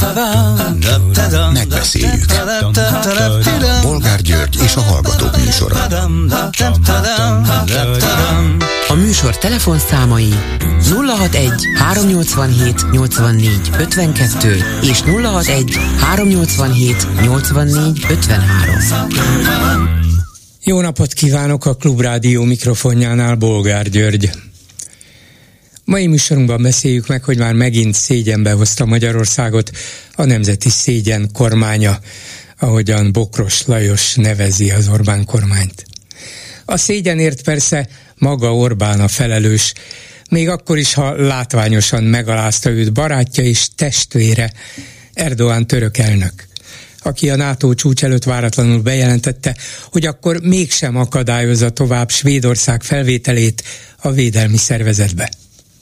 Megbeszéljük. Bolgár György és a Hallgatók műsora. A műsor telefonszámai 061 387 84 52 és 061 387 84 53. Jó napot kívánok, a Klubrádió mikrofonjánál Bolgár György. Mai műsorunkban beszéljük meg, hogy már megint szégyenbe hozta Magyarországot a nemzeti szégyen kormánya, ahogyan Bokros Lajos nevezi az Orbán kormányt. A szégyenért persze maga Orbán a felelős, még akkor is, ha látványosan megalázta őt barátja és testvére, Erdoğan török elnök, aki a NATO csúcs előtt váratlanul bejelentette, hogy akkor mégsem akadályozza tovább Svédország felvételét a védelmi szervezetbe.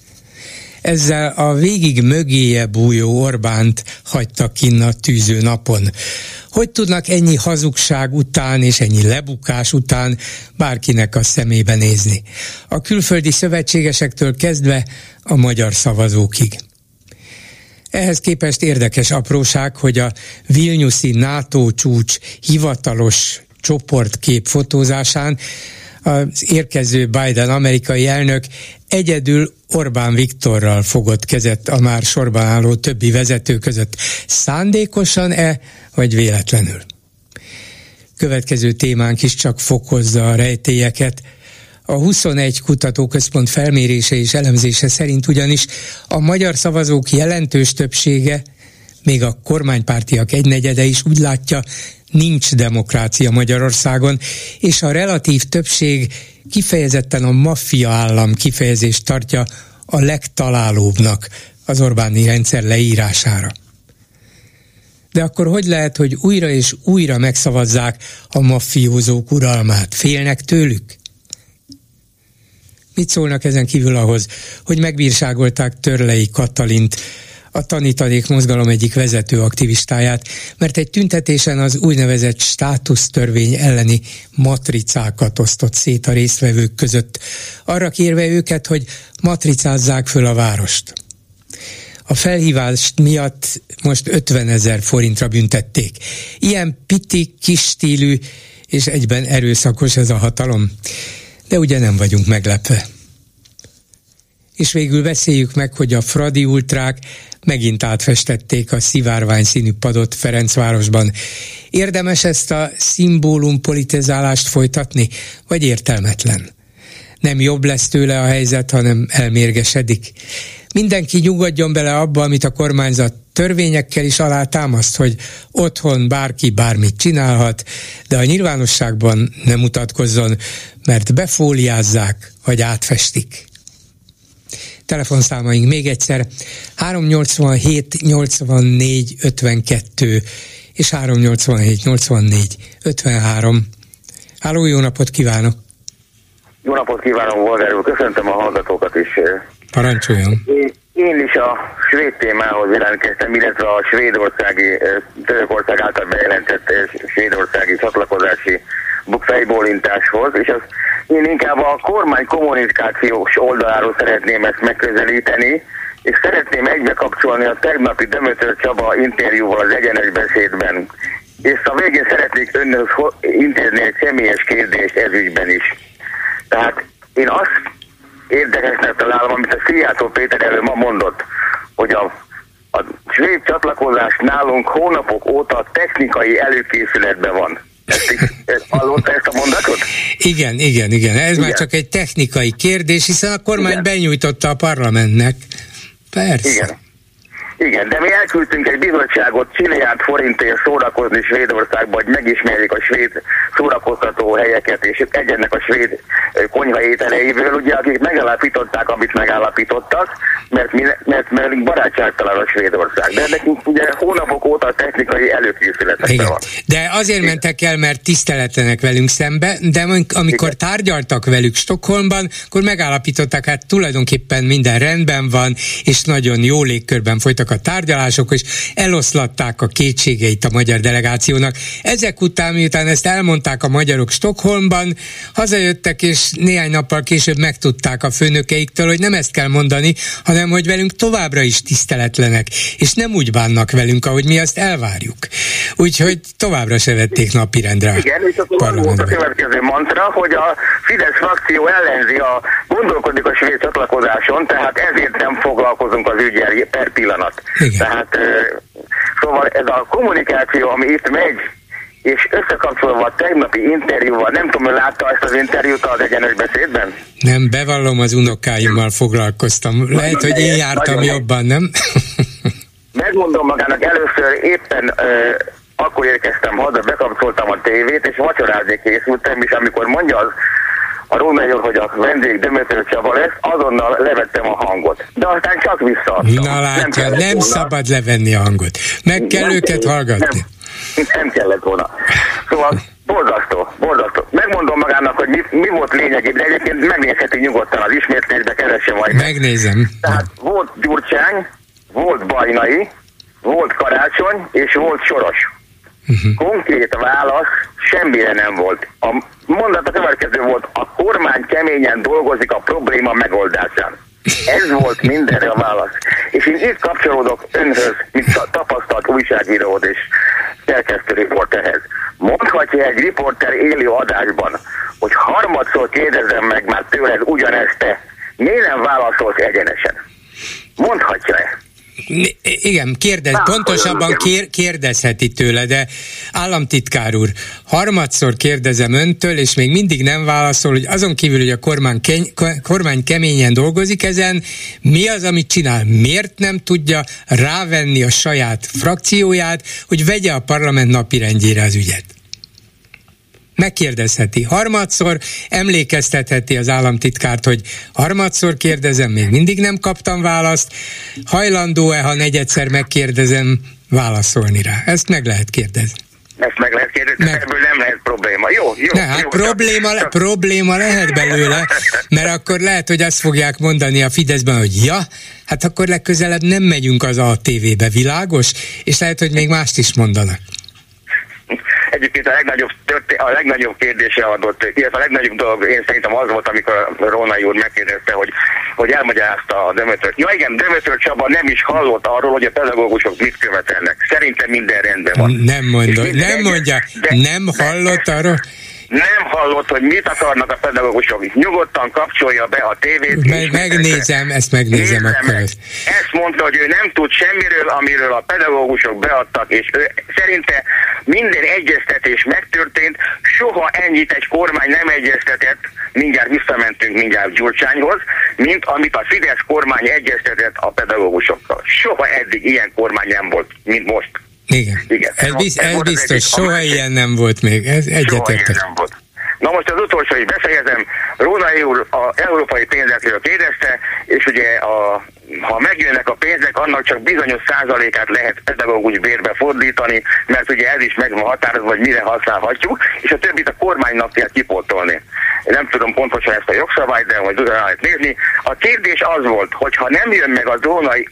Ezzel a végig mögéje bújó Orbánt hagyta kinn a tűző napon. Hogy tudnak ennyi hazugság után és ennyi lebukás után bárkinek a szemébe nézni? A külföldi szövetségesektől kezdve a magyar szavazókig. Ehhez képest érdekes apróság, hogy a vilniuszi NATO csúcs hivatalos csoportkép fotózásán az érkező Biden amerikai elnök egyedül Orbán Viktorral fogott kezet a már sorban álló többi vezető között. Szándékosan-e, vagy véletlenül? Következő témánk is csak fokozza a rejtélyeket. A 21 kutatóközpont felmérése és elemzése szerint ugyanis a magyar szavazók jelentős többsége, még a kormánypártiak egynegyede is úgy látja, nincs demokrácia Magyarországon, és a relatív többség kifejezetten a maffia állam kifejezést tartja a legtalálóbbnak az Orbáni rendszer leírására. De akkor hogy lehet, hogy újra és újra megszavazzák a maffiózók uralmát? Félnek tőlük? Mit szólnak ezen kívül ahhoz, hogy megbírságolták Törlei Katalint, a Tanítanék mozgalom egyik vezető aktivistáját, mert egy tüntetésen az úgynevezett státusztörvény elleni matricákat osztott szét a résztvevők között, arra kérve őket, hogy matricázzák föl a várost. A felhívást miatt most 50 000 forintra büntették. Ilyen piti, kis stílű és egyben erőszakos ez a hatalom, de ugye nem vagyunk meglepve. És végül beszéljük meg, hogy a fradi ultrák megint átfestették a szivárvány színű padot Ferencvárosban. Érdemes ezt a szimbólum politizálást folytatni, vagy értelmetlen? Nem jobb lesz tőle a helyzet, hanem elmérgesedik. Mindenki nyugodjon bele abba, amit a kormányzat törvényekkel is alátámaszt, hogy otthon bárki bármit csinálhat, de a nyilvánosságban nem mutatkozzon, mert befóliázzák, vagy átfestik. Telefonszámaink még egyszer 387 84 52 és 387 84 53. Háló, jó napot kívánok! Jó napot kívánok, Bolgár úr! Köszöntöm a hallgatókat is. Parancsoljon! Én is a svéd témához jelentkeztem, illetve a svédországi, Törökország által bejelentett svédországi csatlakozási fejbólintáshoz, és az én inkább a kormány kommunikációs oldaláról szeretném ezt megközelíteni, és szeretném egybe kapcsolni a tegnapi Dömötör Csaba interjúval az Egyenes Beszédben. És a végén szeretnék önhöz intézni egy személyes kérdést ezügyben is. Tehát én azt érdekesnek találom, amit a Szijjártó Péter elő ma mondott, hogy a svéd csatlakozás nálunk hónapok óta technikai előkészületben van. Hallotta ezt a mondatot? Igen. Ez már csak egy technikai kérdés, hiszen a kormány benyújtotta a parlamentnek. Persze. Igen, de mi elküldtünk egy bizottságot milliárd forintért szórakozni Svédországba, hogy megismerjék a svéd szórakoztató helyeket, és egyenek a svéd konyha ételeiből, ugye, akik megállapították, amit megállapítottak, mert barátságtalan a Svédország. De nekünk ugye hónapok óta technikai előkészületekben van. De azért mentek el, mert tiszteletlenek velünk szembe, de amikor tárgyaltak velük Stockholmban, akkor megállapították, hát tulajdonképpen minden rendben van, és nagyon jó légkörben folytak folytak a tárgyalások, és eloszlatták a kétségeit a magyar delegációnak. Ezek után, miután ezt elmondták a magyarok Stockholmban, hazajöttek, és néhány nappal később megtudták a főnökeiktől, hogy nem ezt kell mondani, hanem hogy velünk továbbra is tiszteletlenek, és nem úgy bánnak velünk, ahogy mi azt elvárjuk. Úgyhogy továbbra se vették napirendre. Igen, és akkor volt a következő mantra, hogy a Fidesz frakció ellenzi gondolkodik a svéd csatlakozáson, tehát ezért nem foglalkozunk az ügyel per pillanat. Igen. Tehát szóval ez a kommunikáció, ami itt megy, és összekapcsolva a tegnapi interjúval, nem tudom, hogy látta ezt az interjút az Egyenes Beszédben? Nem, bevallom, az unokáimmal foglalkoztam. Lehet, hogy én jártam jobban, nem? Megmondom magának, először éppen akkor érkeztem haza, bekapcsoltam a tévét, és vacsorázni készültem, és amikor mondja a Rónai úr, hogy a vendég Demeter Csaba lesz, azonnal levettem a hangot. De aztán csak visszaadtam. Na látja, nem szabad levenni a hangot. Meg kell őket hallgatni. Nem kellett volna. Szóval borzasztó. Megmondom magának, hogy mi volt lényegében, de egyébként megnézheti nyugodtan az ismétlésbe, keresse majd. Megnézem. Tehát volt Gyurcsány, volt Bajnai, volt Karácsony, és volt Soros. Konkrét válasz semmire nem volt. A mondat a következő volt: a kormány keményen dolgozik a probléma megoldásán. Ez volt mindenre a válasz. És én itt kapcsolódok önhöz, mint tapasztalt újságíróhoz és szerkesztő riporterhez. Mondhatja egy riporter élő adásban, hogy harmadszor kérdezem meg már tőled ugyanezt, te miért nem válaszolsz egyenesen? Mondhatja-e? Igen, pontosabban kérdezheti tőle, de államtitkár úr, harmadszor kérdezem öntől, és még mindig nem válaszol, hogy azon kívül, hogy a kormány keményen dolgozik ezen, mi az, amit csinál? Miért nem tudja rávenni a saját frakcióját, hogy vegye a parlament napirendjére az ügyet? Megkérdezheti harmadszor, emlékeztetheti az államtitkárt, hogy harmadszor kérdezem, még mindig nem kaptam választ, hajlandó-e, ha negyedszer megkérdezem, válaszolni rá? Ezt meg lehet kérdezni. Ezt meg lehet kérdezni, ebből nem lehet probléma. Jó. Probléma lehet belőle, mert akkor lehet, hogy azt fogják mondani a Fideszben, hogy ja, hát akkor legközelebb nem megyünk az ATV-be, világos, és lehet, hogy még mást is mondanak. Egyébként a legnagyobb kérdése adott, illetve a legnagyobb dolog én szerintem az volt, amikor Rónai úr megkérdezte, hogy elmagyarázta a Demeter. Ja igen, Demeter Csaba nem is hallott arról, hogy a pedagógusok mit követelnek. Szerintem minden rendben van. Nem hallott arról? Nem hallott, hogy mit akarnak a pedagógusok. Nyugodtan kapcsolja be a tévét. Megnézem akkor. Ezt mondta, hogy ő nem tud semmiről, amiről a pedagógusok beadtak, és ő szerinte minden egyeztetés megtörtént, soha ennyit egy kormány nem egyeztetett, mindjárt visszamentünk Gyurcsányhoz, mint amit a Fidesz kormány egyeztetett a pedagógusokkal. Soha eddig ilyen kormány nem volt, mint most. Igen. Ez biztos, soha ilyen nem volt még, ez egyetértek. Na most az utolsó, hogy befejezem, Rónai úr az európai pénzekről kérdezte, és ugye ha megjönnek a pénzek, annak csak bizonyos százalékát lehet pedagógus bérbe fordítani, mert ugye ez is meg van határozva, hogy mire használhatjuk, és a többit a kormánynak kell kipótolni. Nem tudom pontosan ezt a jogszabályt, de majd utána lehet nézni. A kérdés az volt, hogy ha nem jön meg az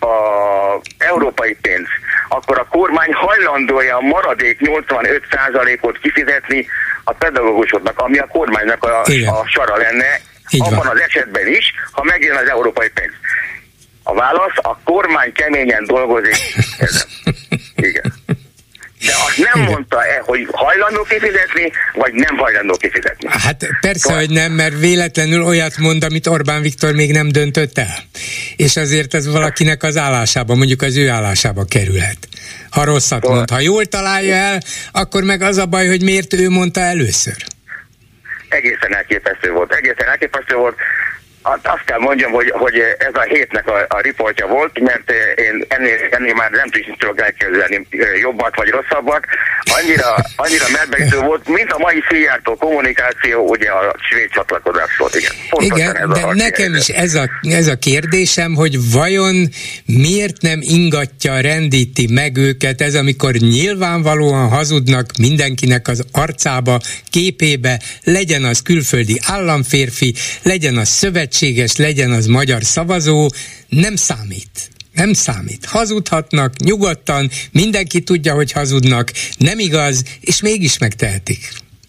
európai pénz, akkor a kormány hajlandó-e a maradék 85%-ot kifizetni a pedagógusoknak, ami a kormánynak a sara lenne, abban az esetben is, ha megjön az európai pénz. A válasz, a kormány keményen dolgozik ezen. Igen. De azt nem mondta-e, hogy hajlandó kifizetni, vagy nem hajlandó kifizetni? Hát persze, hogy nem, mert véletlenül olyat mond, amit Orbán Viktor még nem döntött el. És azért ez valakinek az állásába, mondjuk az ő állásába kerülhet. Ha rosszat mond. Ha jól találja el, akkor meg az a baj, hogy miért ő mondta először. Egészen elképesztő volt. Azt kell mondjam, hogy ez a hétnek a riportja volt, mert én ennél már nem tudok elképzelni jobbat vagy rosszabbat. Annyira medbeütő volt, mint a mai Szijjártó kommunikáció, ugye a svéd csatlakozás volt. Igen, de nekem is ez a kérdésem, hogy vajon miért nem ingatja, rendíti meg őket ez, amikor nyilvánvalóan hazudnak mindenkinek az arcába, képébe, legyen az külföldi államférfi, legyen az szövetséges, legyen az magyar szavazó, nem számít. Nem számít. Hazudhatnak, nyugodtan, mindenki tudja, hogy hazudnak, nem igaz, és mégis megtehetik.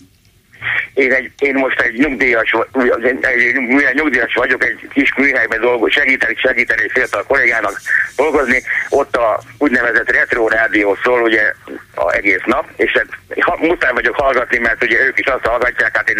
Én most egy nyugdíjas vagyok, egy kis műhelyben segíteni egy fiatal kollégának dolgozni, ott a úgynevezett retro rádió szól ugye egész nap, és muszáj vagyok hallgatni, mert ugye ők is azt hallgatják, hát én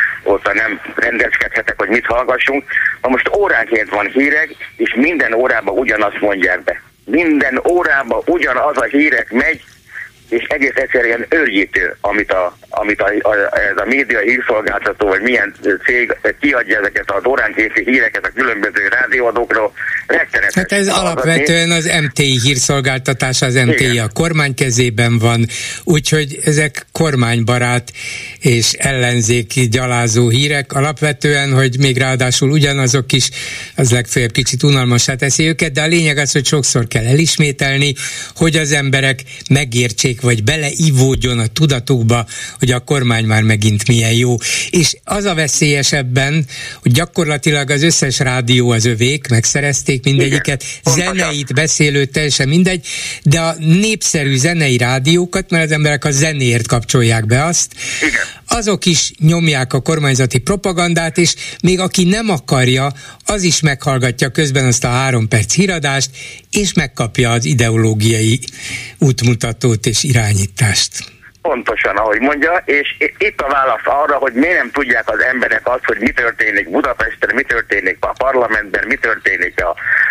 nem rendezkedhetek, hogy mit hallgassunk. Na most óránként van hírek, és minden órában ugyanazt mondják be. Minden órában ugyanaz a hírek megy, és egész egyszerűen őrjítő, amit ez a média hírszolgáltató, vagy milyen cég kiadja ezeket az óránkénti híreket a különböző rádióadókról. Hát ez alapvetően az MTI hírszolgáltatása, az MTI a kormány kezében van, úgyhogy ezek kormánybarát és ellenzéki gyalázó hírek alapvetően, hogy még ráadásul ugyanazok is, az legfeljebb kicsit unalmassá teszi őket, de a lényeg az, hogy sokszor kell elismételni, hogy az emberek megértsék, vagy beleivódjon a tudatukba, hogy a kormány már megint milyen jó. És az a veszélyesebben, hogy gyakorlatilag az összes rádió az övék, megszerezték mindegyiket, zeneit, beszélőt, teljesen mindegy, de a népszerű zenei rádiókat, mert az emberek a zenéért kapcsolják be azt, azok is nyomják a kormányzati propagandát, és még aki nem akarja, az is meghallgatja közben azt a 3 perc híradást, és megkapja az ideológiai útmutatót és irányítást. Pontosan, ahogy mondja, és itt a válasz arra, hogy miért nem tudják az emberek azt, hogy mi történik Budapesten, mi történik a parlamentben, mi történik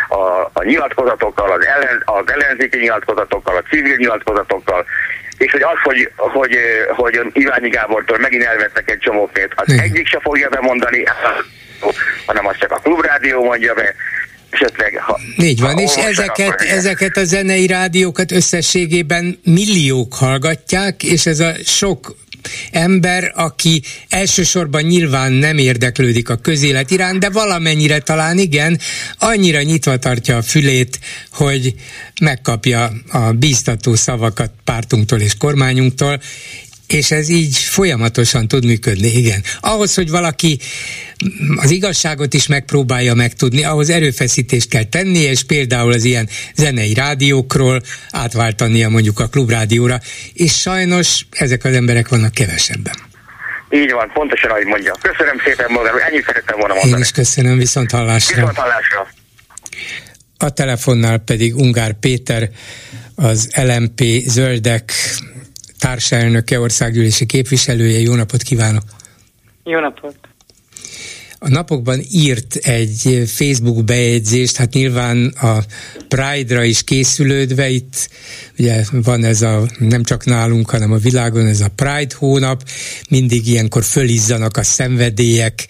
a nyilatkozatokkal, az ellenzéki nyilatkozatokkal, a civil nyilatkozatokkal, és hogy az, hogy Iványi Gábortól megint elvettek egy csomó pénzt, az egyik se fogja bemondani, hanem azt csak a Klubrádió mondja be, esetleg... Így van, és ezeket a zenei rádiókat összességében milliók hallgatják, és ez a sok ember, aki elsősorban nyilván nem érdeklődik a közélet iránt, de valamennyire talán igen, annyira nyitva tartja a fülét, hogy megkapja a bíztató szavakat pártunktól és kormányunktól, és ez így folyamatosan tud működni, igen. Ahhoz, hogy valaki az igazságot is megpróbálja megtudni, ahhoz erőfeszítést kell tennie, és például az ilyen zenei rádiókról átváltania mondjuk a Klubrádióra, és sajnos ezek az emberek vannak kevesebben. Így van, pontosan ahogy mondja. Köszönöm szépen, Bolgár úr, ennyit szerettem volna mondani. Én is köszönöm, viszont hallásra. Viszont hallásra. A telefonnál pedig Ungár Péter, az LMP Zöldek társelnöke, országgyűlési képviselője. Jó napot kívánok! Jó napot! A napokban írt egy Facebook bejegyzést, hát nyilván a Pride-ra is készülődve, itt ugye van ez nem csak nálunk, hanem a világon ez a Pride hónap, mindig ilyenkor fölizzanak a szenvedélyek,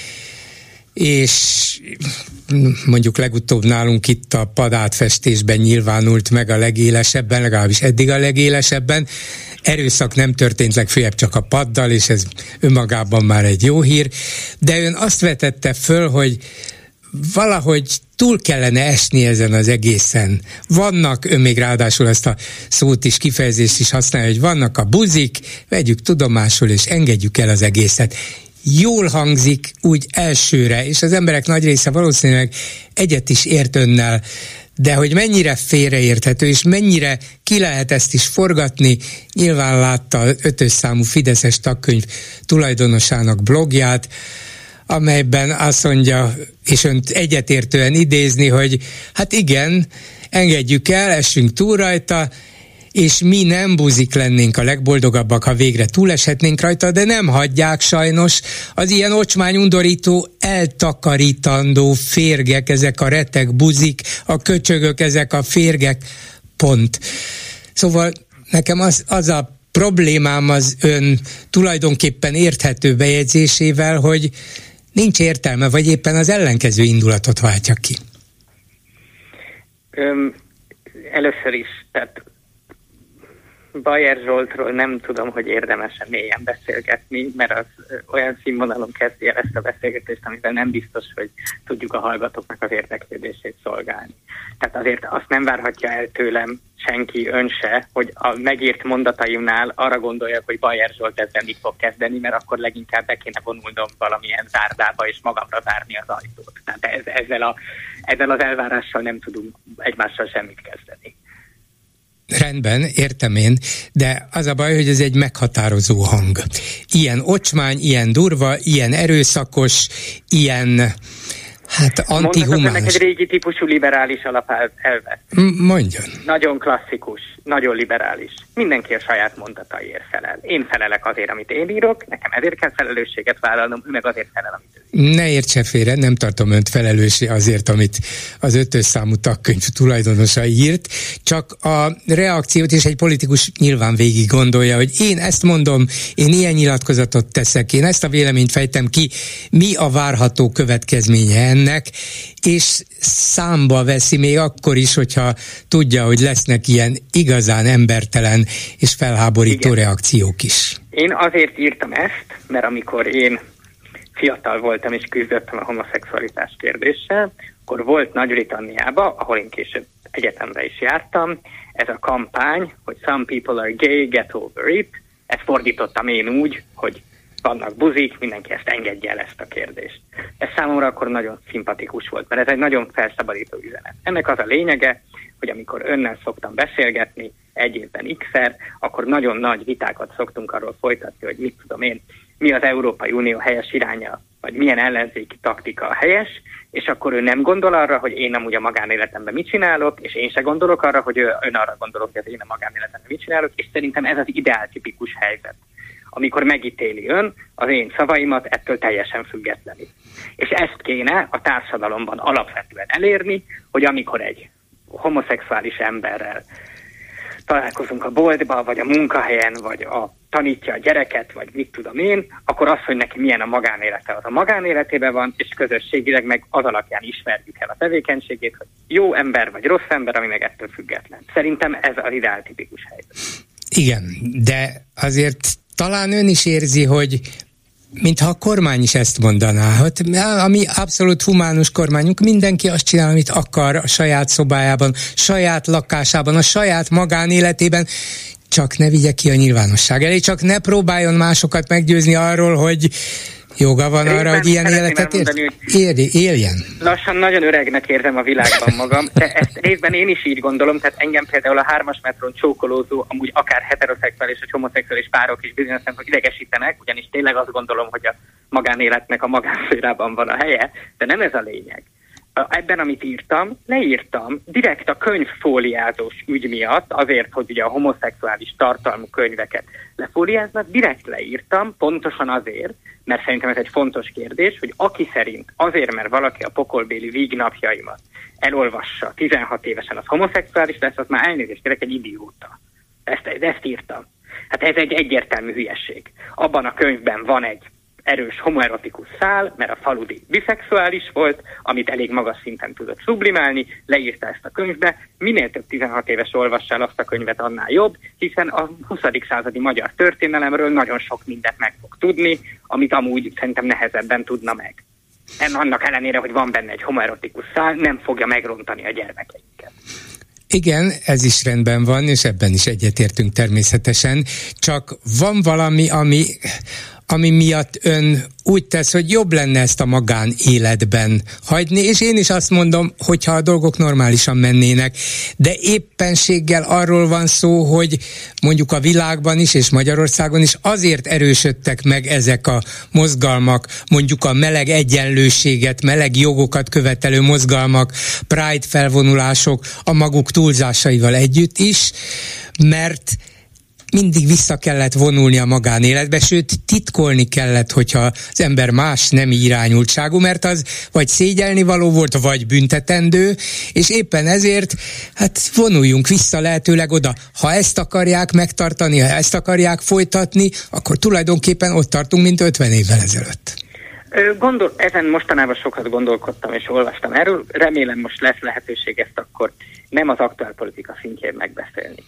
és mondjuk legutóbb nálunk itt a padátfestésben nyilvánult meg a legélesebben, legalábbis eddig a legélesebben. Erőszak nem történt, legfeljebb csak a paddal, és ez önmagában már egy jó hír, de ön azt vetette föl, hogy valahogy túl kellene esni ezen az egészen. Vannak, ön még ráadásul ezt a szót is, kifejezést is használja, hogy vannak a buzik, vegyük tudomásul, és engedjük el az egészet. Jól hangzik úgy elsőre, és az emberek nagy része valószínűleg egyet is ért önnel, de hogy mennyire félreérthető, és mennyire ki lehet ezt is forgatni, nyilván látta az 5. számú fideszes tagkönyv tulajdonosának blogját, amelyben azt mondja, és önt egyetértően idézni, hogy hát igen, engedjük el, essünk túl rajta, és mi nem buzik lennénk a legboldogabbak, ha végre túleshetnénk rajta, de nem hagyják sajnos az ilyen ocsmányundorító, eltakarítandó férgek, ezek a retek buzik, a köcsögök, ezek a férgek, pont. Szóval nekem az a problémám az ön tulajdonképpen érthető bejegyzésével, hogy nincs értelme, vagy éppen az ellenkező indulatot váltja ki. Először is, tehát Bajer Zsoltról nem tudom, hogy érdemes-e mélyen beszélgetni, mert az olyan színvonalon kezdi el ezt a beszélgetést, amivel nem biztos, hogy tudjuk a hallgatóknak az érdeklődését szolgálni. Tehát azért azt nem várhatja el tőlem senki, ön se, hogy a megírt mondataimnál arra gondoljak, hogy Bayer Zsolt ezzel mit fog kezdeni, mert akkor leginkább be kéne vonulnom valamilyen zárdába, és magamra zárni az ajtót. Tehát ezzel az elvárással nem tudunk egymással semmit kezdeni. Rendben, értem én, de az a baj, hogy ez egy meghatározó hang. Ilyen ocsmány, ilyen durva, ilyen erőszakos, ilyen antihumánus. Mondhatok ennek egy régi típusú liberális alapelvet. Mondjon. Nagyon klasszikus, nagyon liberális. Mindenki a saját mondataiért felel. Én felelek azért, amit én írok, nekem ezért kell felelősséget vállalnom, ő meg azért felel, amit ő ír. Ne értse félre, nem tartom önt felelőssé azért, amit az 5-ös számú tagkönyv tulajdonosa írt, csak a reakciót és egy politikus nyilván végig gondolja, hogy én ezt mondom, én ilyen nyilatkozatot teszek, én ezt a véleményt fejtem ki, mi a várható következménye ennek, és számba veszi még akkor is, hogyha tudja, hogy lesznek ilyen igazán embertelen és felháborító reakciók is. Én azért írtam ezt, mert amikor én fiatal voltam és küzdöttem a homoszexualitás kérdéssel, akkor volt Nagy-Britanniában, ahol én később egyetemre is jártam, ez a kampány, hogy some people are gay, get over it. Ezt fordítottam én úgy, hogy vannak buzik, mindenki ezt engedje el, ezt a kérdést. Ez számomra akkor nagyon szimpatikus volt, mert ez egy nagyon felszabadító üzenet. Ennek az a lényege, hogy amikor önnel szoktam beszélgetni egy évben x-szer, akkor nagyon nagy vitákat szoktunk arról folytatni, hogy mit tudom én, mi az Európai Unió helyes iránya, vagy milyen ellenzéki taktika a helyes, és akkor ő nem gondol arra, hogy én amúgy a magánéletemben mit csinálok, és én se gondolok arra, hogy ön arra gondolok, hogy én a magánéletemben mit csinálok, és szerintem ez az ideáltipikus helyzet, amikor megítéli ön az én szavaimat ettől teljesen függetlenül. És ezt kéne a társadalomban alapvetően elérni, hogy amikor egy homoszexuális emberrel találkozunk a boltba, vagy a munkahelyen, vagy tanítja a gyereket, vagy mit tudom én, akkor az, hogy neki milyen a magánélete, az a magánéletében van, és közösségileg meg az alapján ismerjük el a tevékenységét, hogy jó ember, vagy rossz ember, ami meg ettől független. Szerintem ez az ideáltipikus helyzet. Igen, de azért talán ön is érzi, hogy mintha a kormány is ezt mondaná, hogy ami abszolút humánus kormányunk, mindenki azt csinál, amit akar a saját szobájában, saját lakásában, a saját magánéletében, csak ne vigye ki a nyilvánosság elé, csak ne próbáljon másokat meggyőzni arról, hogy joga van arra, hogy ilyen életet éljen. Lassan nagyon öregnek érzem a világban magam, de ezt részben én is így gondolom, tehát engem például a 3-as metron csókolózó, amúgy akár heteroszexuális vagy homoszexuális párok is bizonyos szempontból idegesítenek, ugyanis tényleg azt gondolom, hogy a magánéletnek a magánszférában van a helye, de nem ez a lényeg. Ebben, amit írtam, leírtam direkt a könyvfóliázós ügy miatt, azért, hogy ugye a homoszexuális tartalmú könyveket lefóliáznak, direkt leírtam, pontosan azért, mert szerintem ez egy fontos kérdés, hogy aki szerint azért, mert valaki a pokolbéli vígnapjaimat elolvassa 16 évesen, az homoszexuális lesz, az már elnézést kérek, egy idióta. Ezt írtam. Hát ez egy egyértelmű hülyeség. Abban a könyvben van egy erős homoerotikus szál, mert a Faludi biszexuális volt, amit elég magas szinten tudott sublimálni, leírta ezt a könyvbe, minél több 16 éves olvassál azt a könyvet, annál jobb, hiszen a 20. századi magyar történelemről nagyon sok mindent meg fog tudni, amit amúgy szerintem nehezebben tudna meg. Annak ellenére, hogy van benne egy homoerotikus szál, nem fogja megrontani a gyermekeinket. Igen, ez is rendben van, és ebben is egyetértünk természetesen, csak van valami, ami miatt ön úgy tesz, hogy jobb lenne ezt a magánéletben hagyni, és én is azt mondom, hogyha a dolgok normálisan mennének, de éppenséggel arról van szó, hogy mondjuk a világban is, és Magyarországon is azért erősödtek meg ezek a mozgalmak, mondjuk a meleg egyenlőséget, meleg jogokat követelő mozgalmak, Pride felvonulások a maguk túlzásaival együtt is, mert mindig vissza kellett vonulni a magánéletbe, sőt titkolni kellett, hogyha az ember más nemi irányultságú, mert az vagy szégyelnivaló volt, vagy büntetendő, és éppen ezért vonuljunk vissza lehetőleg oda. Ha ezt akarják megtartani, ha ezt akarják folytatni, akkor tulajdonképpen ott tartunk, mint 50 évvel ezelőtt. Ezen mostanában sokat gondolkodtam és olvastam erről, remélem most lesz lehetőség ezt akkor nem az aktuálpolitika szintjén megbeszélni.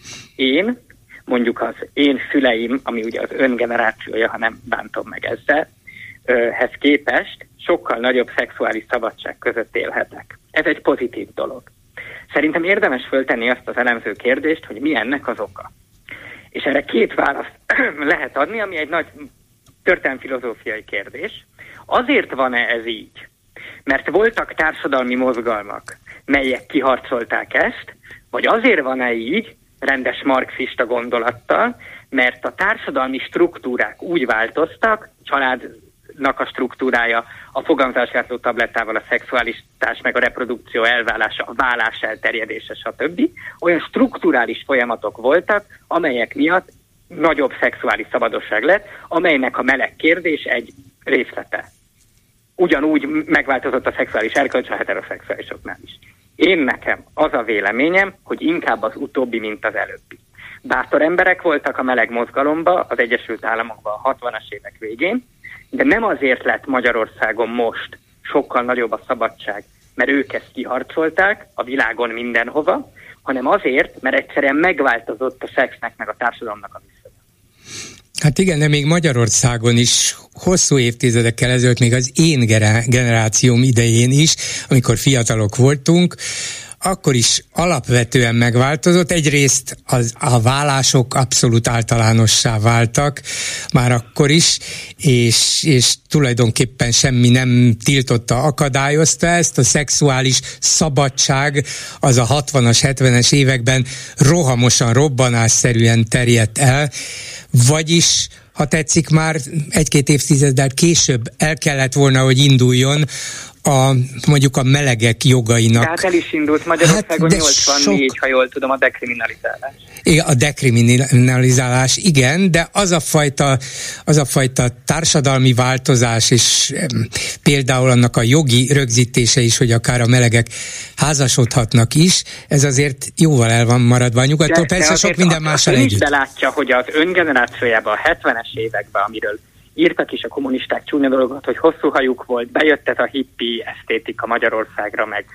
Mondjuk az én szüleim, ami ugye az ön generációja, ha nem bántom meg ezzel, hez képest sokkal nagyobb szexuális szabadság között élhetek. Ez egy pozitív dolog. Szerintem érdemes föltenni azt az elemző kérdést, hogy mi ennek az oka. És erre két választ lehet adni, ami egy nagy történelmi-filozófiai kérdés. Azért van-e ez így? Mert voltak társadalmi mozgalmak, melyek kiharcolták ezt, vagy azért van-e így, rendes marxista gondolattal, mert a társadalmi struktúrák úgy változtak, családnak a struktúrája, a fogamzásgátló tablettával a szexualitás, meg a reprodukció elválása, a vállás elterjedése, stb. Olyan strukturális folyamatok voltak, amelyek miatt nagyobb szexuális szabadosság lett, amelynek a meleg kérdés egy részlete. Ugyanúgy megváltozott a szexuális erkölcs a heteroszexuálisoknál is. Nekem az a véleményem, hogy inkább az utóbbi, mint az előbbi. Bátor emberek voltak a meleg mozgalomba az Egyesült Államokban a 60-as évek végén, de nem azért lett Magyarországon most sokkal nagyobb a szabadság, mert ők ezt kiharcolták a világon mindenhova, hanem azért, mert egyszerűen megváltozott a szexnek meg a társadalomnak a viszonya. Hát igen, de még Magyarországon is hosszú évtizedekkel ezelőtt, még az én generációm idején is, amikor fiatalok voltunk, akkor is alapvetően megváltozott. Egyrészt a vállások abszolút általánossá váltak már akkor is, és tulajdonképpen semmi nem tiltotta, akadályozta ezt. A szexuális szabadság az a 60-as, 70-es években rohamosan, robbanásszerűen terjedt el, vagyis ha tetszik, már egy-két évtizeddel később el kellett volna, hogy induljon mondjuk a melegek jogainak. Tehát el is indult Magyarországon 84, ha jól tudom, a dekriminalizálás. Igen, a dekriminalizálás, igen, de az a fajta társadalmi változás, és például annak a jogi rögzítése is, hogy akár a melegek házasodhatnak is, ez azért jóval el van maradva a nyugattól, persze sok minden mással együtt. De látja, hogy az öngenerációjában a 70-es években, amiről írtak is a kommunisták csúnya dolgot, hogy hosszú hajuk volt, bejött ez a hippi esztétika Magyarországra, meg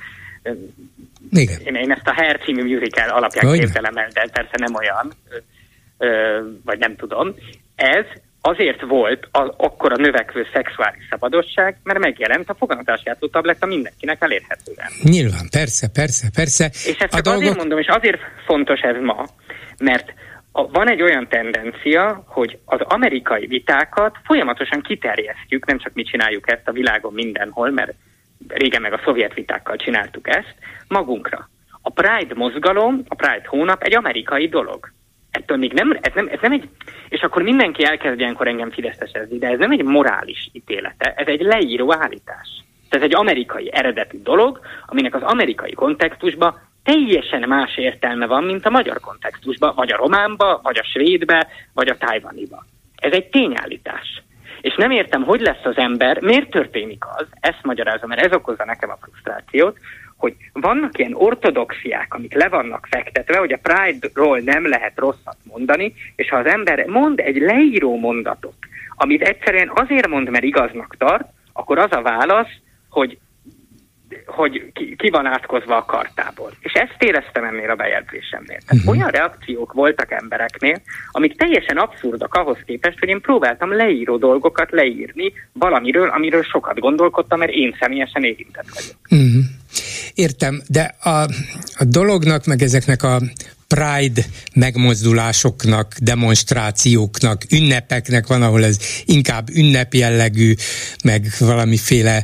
én ezt a Hair című musical alapján képzelem el, de persze nem olyan, vagy nem tudom. Ez azért volt akkor a növekvő szexuális szabadosság, mert megjelent a fogamzásgátló tabletta mindenkinek elérhetően. Nyilván, persze. És ezt azért mondom, és azért fontos ez ma, mert van egy olyan tendencia, hogy az amerikai vitákat folyamatosan kiterjesztjük, nem csak mi csináljuk ezt a világon mindenhol, mert régen meg a szovjet vitákkal csináltuk ezt, magunkra. A Pride mozgalom, a Pride hónap egy amerikai dolog. Ettől még ez nem egy, és akkor mindenki elkezd ilyenkor engem fideszesezni, de ez nem egy morális ítélete, ez egy leíró állítás. Ez egy amerikai eredeti dolog, aminek az amerikai kontextusban teljesen más értelme van, mint a magyar kontextusban, vagy a románba, vagy a svédbe, vagy a tájvaniba. Ez egy tényállítás. És nem értem, hogy lesz az ember, miért történik az, ezt magyarázom, mert ez okozza nekem a frusztrációt, hogy vannak ilyen ortodoxiák, amik le vannak fektetve, hogy a Pride-ról nem lehet rosszat mondani, és ha az ember mond egy leíró mondatot, amit egyszerűen azért mond, mert igaznak tart, akkor az a válasz, hogy ki van átkozva a kartából. És ezt éreztem ennél a bejegyzésemnél. Tehát olyan reakciók voltak embereknél, amik teljesen abszurdak ahhoz képest, hogy én próbáltam leíró dolgokat leírni valamiről, amiről sokat gondolkodtam, mert én személyesen érintett vagyok. Értem, de a dolognak, meg ezeknek a Pride megmozdulásoknak, demonstrációknak, ünnepeknek van, ahol ez inkább ünnepjellegű, meg valamiféle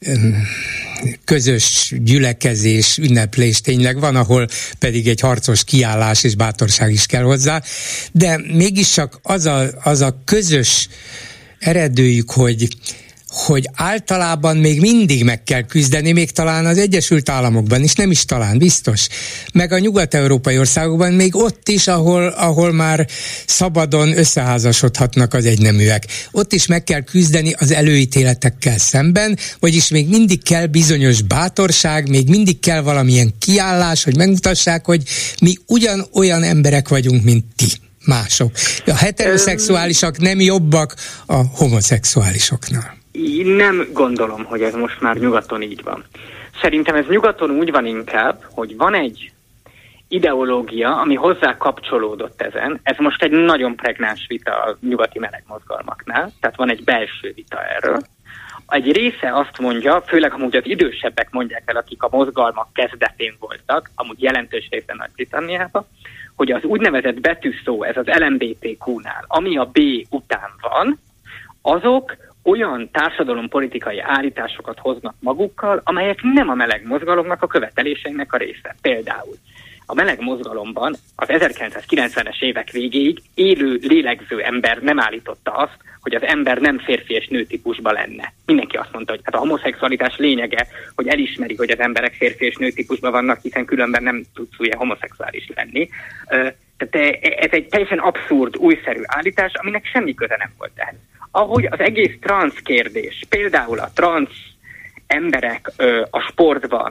közös gyülekezés, ünneplés tényleg van, ahol pedig egy harcos kiállás és bátorság is kell hozzá, de mégiscsak az a közös eredőjük, hogy általában még mindig meg kell küzdeni, még talán az Egyesült Államokban is, nem is talán, biztos, meg a nyugat-európai országokban, még ott is, ahol már szabadon összeházasodhatnak az egyneműek. Ott is meg kell küzdeni az előítéletekkel szemben, vagyis még mindig kell bizonyos bátorság, még mindig kell valamilyen kiállás, hogy megmutassák, hogy mi ugyanolyan emberek vagyunk, mint ti. Mások. A heteroszexuálisak nem jobbak a homoszexuálisoknál. Én nem gondolom, hogy ez most már nyugaton így van. Szerintem ez nyugaton úgy van inkább, hogy van egy ideológia, ami hozzá kapcsolódott ezen. Ez most egy nagyon pregnáns vita a nyugati meleg mozgalmaknál, tehát van egy belső vita erről, egy része azt mondja, főleg amúgy az idősebbek mondják el, akik a mozgalmak kezdetén voltak, amúgy jelentős része Nagy-Britanniában, hogy az úgynevezett betűszó, ez az LMBTQ-nál, ami a B után van, azok olyan társadalompolitikai állításokat hoznak magukkal, amelyek nem a meleg mozgalomnak a követeléseinek a része. Például a meleg mozgalomban az 1990-es évek végéig élő, lélegző ember nem állította azt, hogy az ember nem férfi és nő típusban lenne. Mindenki azt mondta, hogy hát a homoszexualitás lényege, hogy elismeri, hogy az emberek férfi és nő típusban vannak, hiszen különben nem tudsz ugye homoszexuális lenni. Tehát ez egy teljesen abszurd, újszerű állítás, aminek semmi köze nem volt ehhez. Ahogy az egész transz kérdés, például a transz emberek a sportban,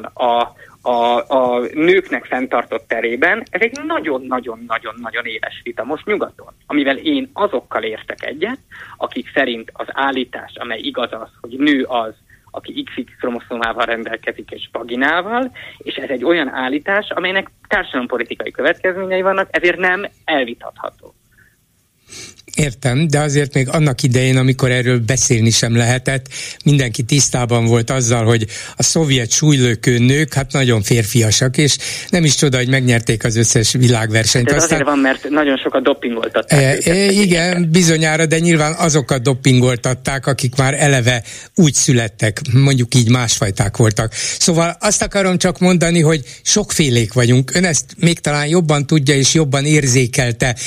a nőknek fenntartott terében, ez egy nagyon-nagyon-nagyon-nagyon éles vita most nyugaton, amivel én azokkal értek egyet, akik szerint az állítás, amely igaz az, hogy nő az, aki XX kromoszómával rendelkezik és vaginával, és ez egy olyan állítás, amelynek társadalompolitikai következményei vannak, ezért nem elvitatható. Értem, de azért még annak idején, amikor erről beszélni sem lehetett, mindenki tisztában volt azzal, hogy a szovjet súlylökő nők hát nagyon férfiasak, és nem is csoda, hogy megnyerték az összes világversenyt. Ez azért van, mert nagyon sokat dopingoltatták. Igen, bizonyára, de nyilván azokat dopingoltatták, akik már eleve úgy születtek, mondjuk így másfajták voltak. Szóval azt akarom csak mondani, hogy sokfélék vagyunk. Ön ezt még talán jobban tudja és jobban érzékelte,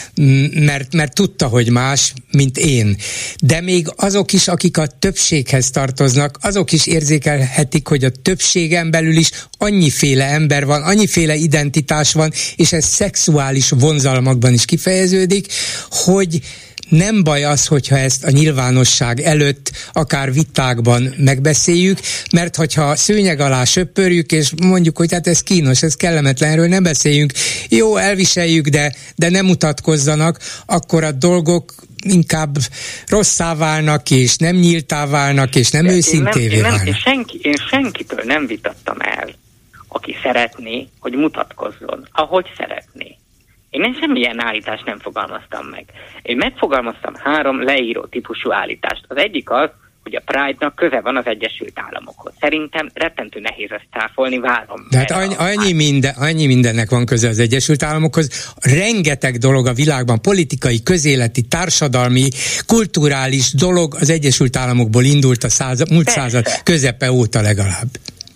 mert tudta, hogy más, mint én. De még azok is, akik a többséghez tartoznak, azok is érzékelhetik, hogy a többségen belül is annyiféle ember van, annyiféle identitás van, és ez szexuális vonzalmakban is kifejeződik, hogy nem baj az, hogyha ezt a nyilvánosság előtt akár vitákban megbeszéljük, mert hogyha szőnyeg alá söpörjük, és mondjuk, hogy hát ez kínos, ez kellemetlen, erről nem beszéljünk, jó, elviseljük, de nem mutatkozzanak, akkor a dolgok inkább rosszá válnak, és nem nyíltá válnak, és nem őszintévé válnak. Én senkitől nem vitattam el, aki szeretné, hogy mutatkozzon, ahogy szeretné. Én semmilyen állítást nem fogalmaztam meg. Én megfogalmaztam 3 leíró típusú állítást. Az egyik az, hogy a Pride-nak köze van az Egyesült Államokhoz. Szerintem rettentő nehéz ezt cáfolni, várom. De hát annyi mindennek van köze az Egyesült Államokhoz. Rengeteg dolog a világban, politikai, közéleti, társadalmi, kulturális dolog az Egyesült Államokból indult a múlt század közepe óta legalább.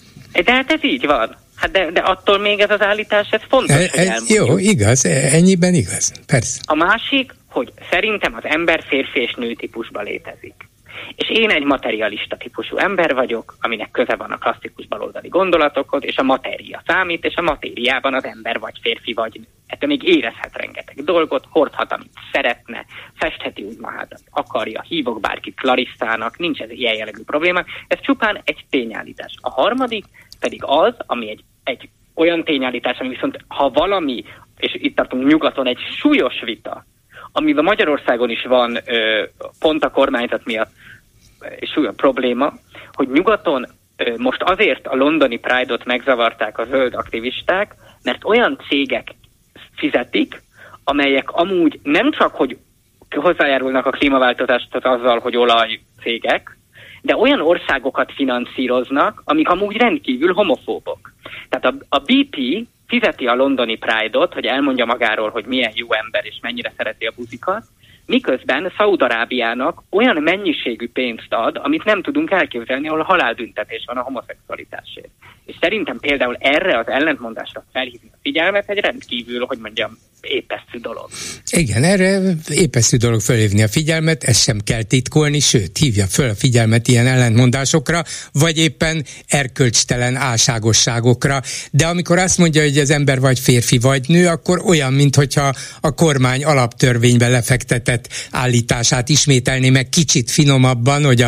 De hát ez így van. Hát de attól még ez az állítás, ez fontos, hogy elmondjuk. Jó, igaz, ennyiben igaz, persze. A másik, hogy szerintem az ember férfi és nő típusban létezik. És én egy materialista típusú ember vagyok, aminek köze van a klasszikus baloldali gondolatokhoz, és a matéria számít, és a matériában az ember vagy férfi vagy nő. Ettől még érezhet rengeteg dolgot, hordhat, amit szeretne, festheti úgy magát, akarja, hívok bárkit Clarissának, nincs ez ilyen jellegű probléma. Ez csupán egy tényállítás. A harmadik pedig az, ami egy olyan tényállítás, ami viszont ha valami, és itt tartunk nyugaton, egy súlyos vita, amiben Magyarországon is van pont a kormányzat miatt súlyos probléma, hogy nyugaton most azért a londoni Pride-ot megzavarták a zöld aktivisták, mert olyan cégek fizetik, amelyek amúgy nem csak, hogy hozzájárulnak a klímaváltozáshoz azzal, hogy olajcégek, de olyan országokat finanszíroznak, amik amúgy rendkívül homofóbok. Tehát a BP fizeti a londoni Pride-ot, hogy elmondja magáról, hogy milyen jó ember és mennyire szereti a buzikat, miközben Szaúd-Arábiának olyan mennyiségű pénzt ad, amit nem tudunk elképzelni, ahol halálbüntetés van a homoszexualitásért. És szerintem például erre az ellentmondásra felhívni a figyelmet egy rendkívül, hogy mondjam, épeszű dolog. Igen, erre épeszű dolog felhívni a figyelmet, ezt sem kell titkolni, sőt, hívja föl a figyelmet ilyen ellentmondásokra, vagy éppen erkölcstelen álságosságokra. De amikor azt mondja, hogy az ember vagy férfi, vagy nő, akkor olyan, minthogyha a kormány alaptörvényben lefektetett állítását ismételné meg kicsit finomabban, hogy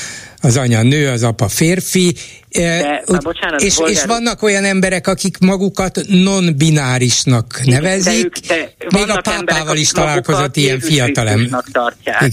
az anya nő, az apa férfi, bocsánat, és vannak olyan emberek, akik magukat non-binárisnak nevezik, de még a pápával is találkozott ilyen fiatalember. tartják. Igen.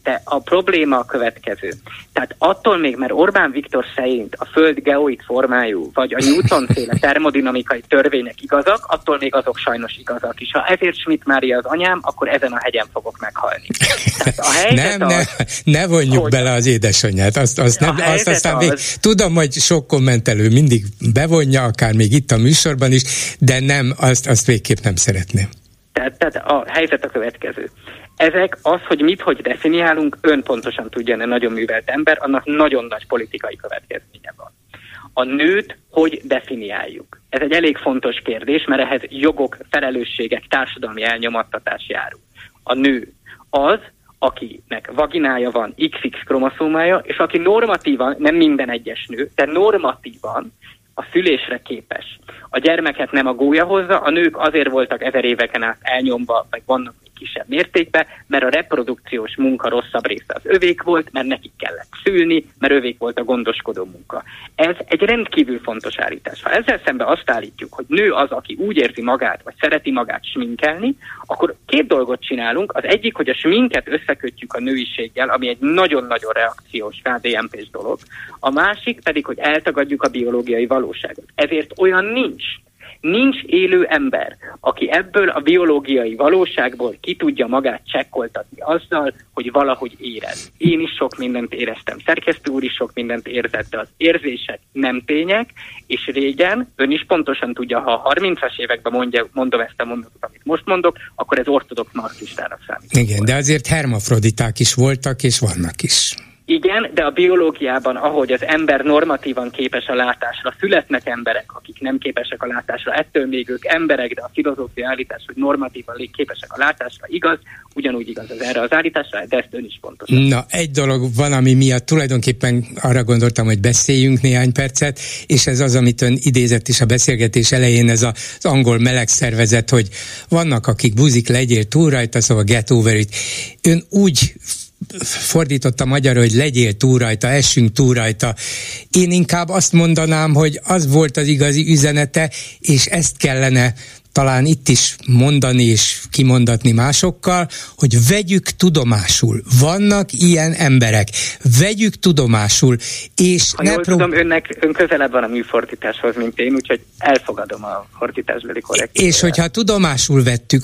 De a probléma a következő. Tehát attól még, mert Orbán Viktor szerint a Föld geoid formájú, vagy a Newton-féle termodinamikai törvények igazak, attól még azok sajnos igazak is. Ha ezért Schmidt Mária az anyám, akkor ezen a hegyen fogok meghalni. Tehát a helyzet ne vonjuk bele az édesanyját. Azt aztán még tudom, hogy sok kommentelő mindig bevonja, akár még itt a műsorban is, de nem, azt végképp nem szeretném. Tehát a helyzet a következő. Ezek az, hogy mit, hogy definiálunk, ön pontosan tudja, egy nagyon művelt ember, annak nagyon nagy politikai következménye van. A nőt hogy definiáljuk? Ez egy elég fontos kérdés, mert ehhez jogok, felelősségek, társadalmi elnyomattatás járul. A nő az, akinek vaginája van, XX kromoszómája, és aki normatívan, nem minden egyes nő, de normatívan a szülésre képes. A gyermeket nem a gólya hozza, a nők azért voltak 1000 éveken át elnyomva, meg vannak még kisebb mértékben, mert a reprodukciós munka rosszabb része az övék volt, mert nekik kellett szülni, mert övék volt a gondoskodó munka. Ez egy rendkívül fontos állítás. Ha ezzel szemben azt állítjuk, hogy nő az, aki úgy érzi magát, vagy szereti magát sminkelni, akkor 2 dolgot csinálunk. Az egyik, hogy a sminket összekötjük a nőiséggel, ami egy nagyon-nagyon reakciós, KDNP-s dolog. A másik pedig, hogy eltagadjuk a biológiai valóságot. Ezért olyan nincs. Nincs élő ember, aki ebből a biológiai valóságból ki tudja magát csekkoltatni azzal, hogy valahogy érez. Én is sok mindent éreztem, szerkesztő úr is sok mindent érzett, de az érzések nem tények, és régen, ön is pontosan tudja, ha a 30-as években mondom ezt a mondatot, amit most mondok, akkor ez ortodox marxistának számít. Igen, de azért hermafroditák is voltak, és vannak is. Igen, de a biológiában, ahogy az ember normatívan képes a látásra, születnek emberek, akik nem képesek a látásra, ettől még ők emberek, de a filozófia állítás, hogy normatívan képesek a látásra, igaz, ugyanúgy igaz az erre az állításra, de ezt ön is pontosan. Na, egy dolog van, ami miatt tulajdonképpen arra gondoltam, hogy beszéljünk néhány percet, és ez az, amit ön idézett is a beszélgetés elején, ez az angol melegszervezet, hogy vannak, akik buzik, legyél túl rajta, szóval get over it. Ön úgy fordította magyarra, hogy legyél túl rajta, essünk túl rajta. Én inkább azt mondanám, hogy az volt az igazi üzenete, és ezt kellene talán itt is mondani és kimondatni másokkal, hogy vegyük tudomásul. Vannak ilyen emberek. Vegyük tudomásul. És ha jól tudom, ön közelebb van a műfordításhoz, mint én, úgyhogy elfogadom a fordításbeli korrekciót. És hogyha tudomásul vettük,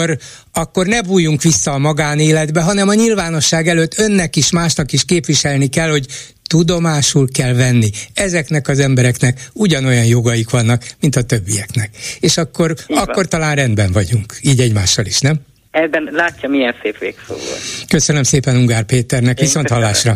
akkor ne bújjunk vissza a magánéletbe, hanem a nyilvánosság előtt önnek is, másnak is képviselni kell, hogy tudomásul kell venni. Ezeknek az embereknek ugyanolyan jogaik vannak, mint a többieknek. És akkor talán rendben vagyunk, így egymással is, nem? Ebben látja, milyen szép végszó volt. Köszönöm szépen Ungár Péternek, viszont hallásra.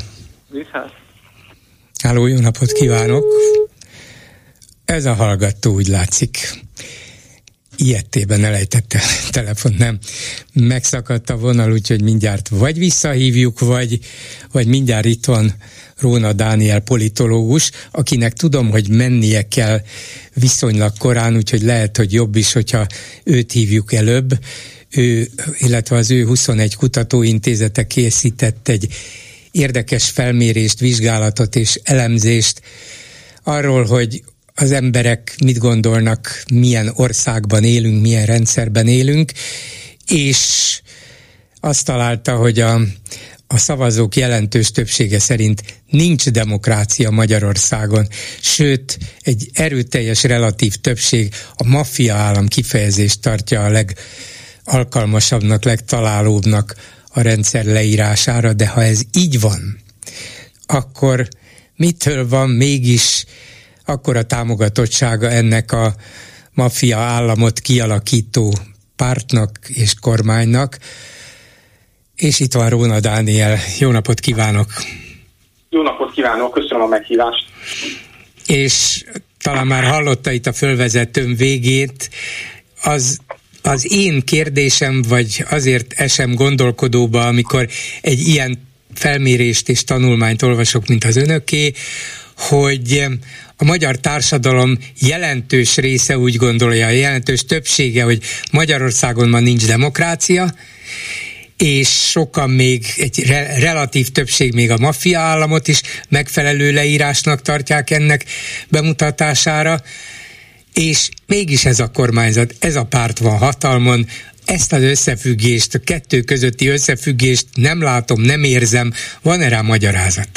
Háló, jó napot kívánok! Ez a hallgató úgy látszik, ilyettében elejtette a telefont, nem. Megszakadt a vonal, úgyhogy mindjárt vagy visszahívjuk, vagy mindjárt itt van Róna Dániel politológus, akinek tudom, hogy mennie kell viszonylag korán, úgyhogy lehet, hogy jobb is, hogyha őt hívjuk előbb. Illetve az ő 21 kutatóintézete készített egy érdekes felmérést, vizsgálatot és elemzést arról, hogy az emberek mit gondolnak, milyen országban élünk, milyen rendszerben élünk, és azt találta, hogy a szavazók jelentős többsége szerint nincs demokrácia Magyarországon, sőt, egy erőteljes relatív többség a maffia állam kifejezést tartja a legalkalmasabbnak, legtalálóbbnak a rendszer leírására, de ha ez így van, akkor mitől van mégis akkora támogatottsága ennek a maffia államot kialakító pártnak és kormánynak? És itt van Róna Dániel. Jó napot kívánok! Jó napot kívánok, köszönöm a meghívást. És talán már hallotta itt a fölvezetőm végét, az én kérdésem, vagy azért esem gondolkodóba, amikor egy ilyen felmérést és tanulmányt olvasok, mint az önöké, hogy a magyar társadalom jelentős része úgy gondolja, jelentős többsége, hogy Magyarországon ma nincs demokrácia, és sokan még, egy relatív többség még a maffia államot is megfelelő leírásnak tartják ennek bemutatására, és mégis ez a kormányzat, ez a párt van hatalmon, ezt az összefüggést, a kettő közötti összefüggést nem látom, nem érzem. Van-e rá magyarázata?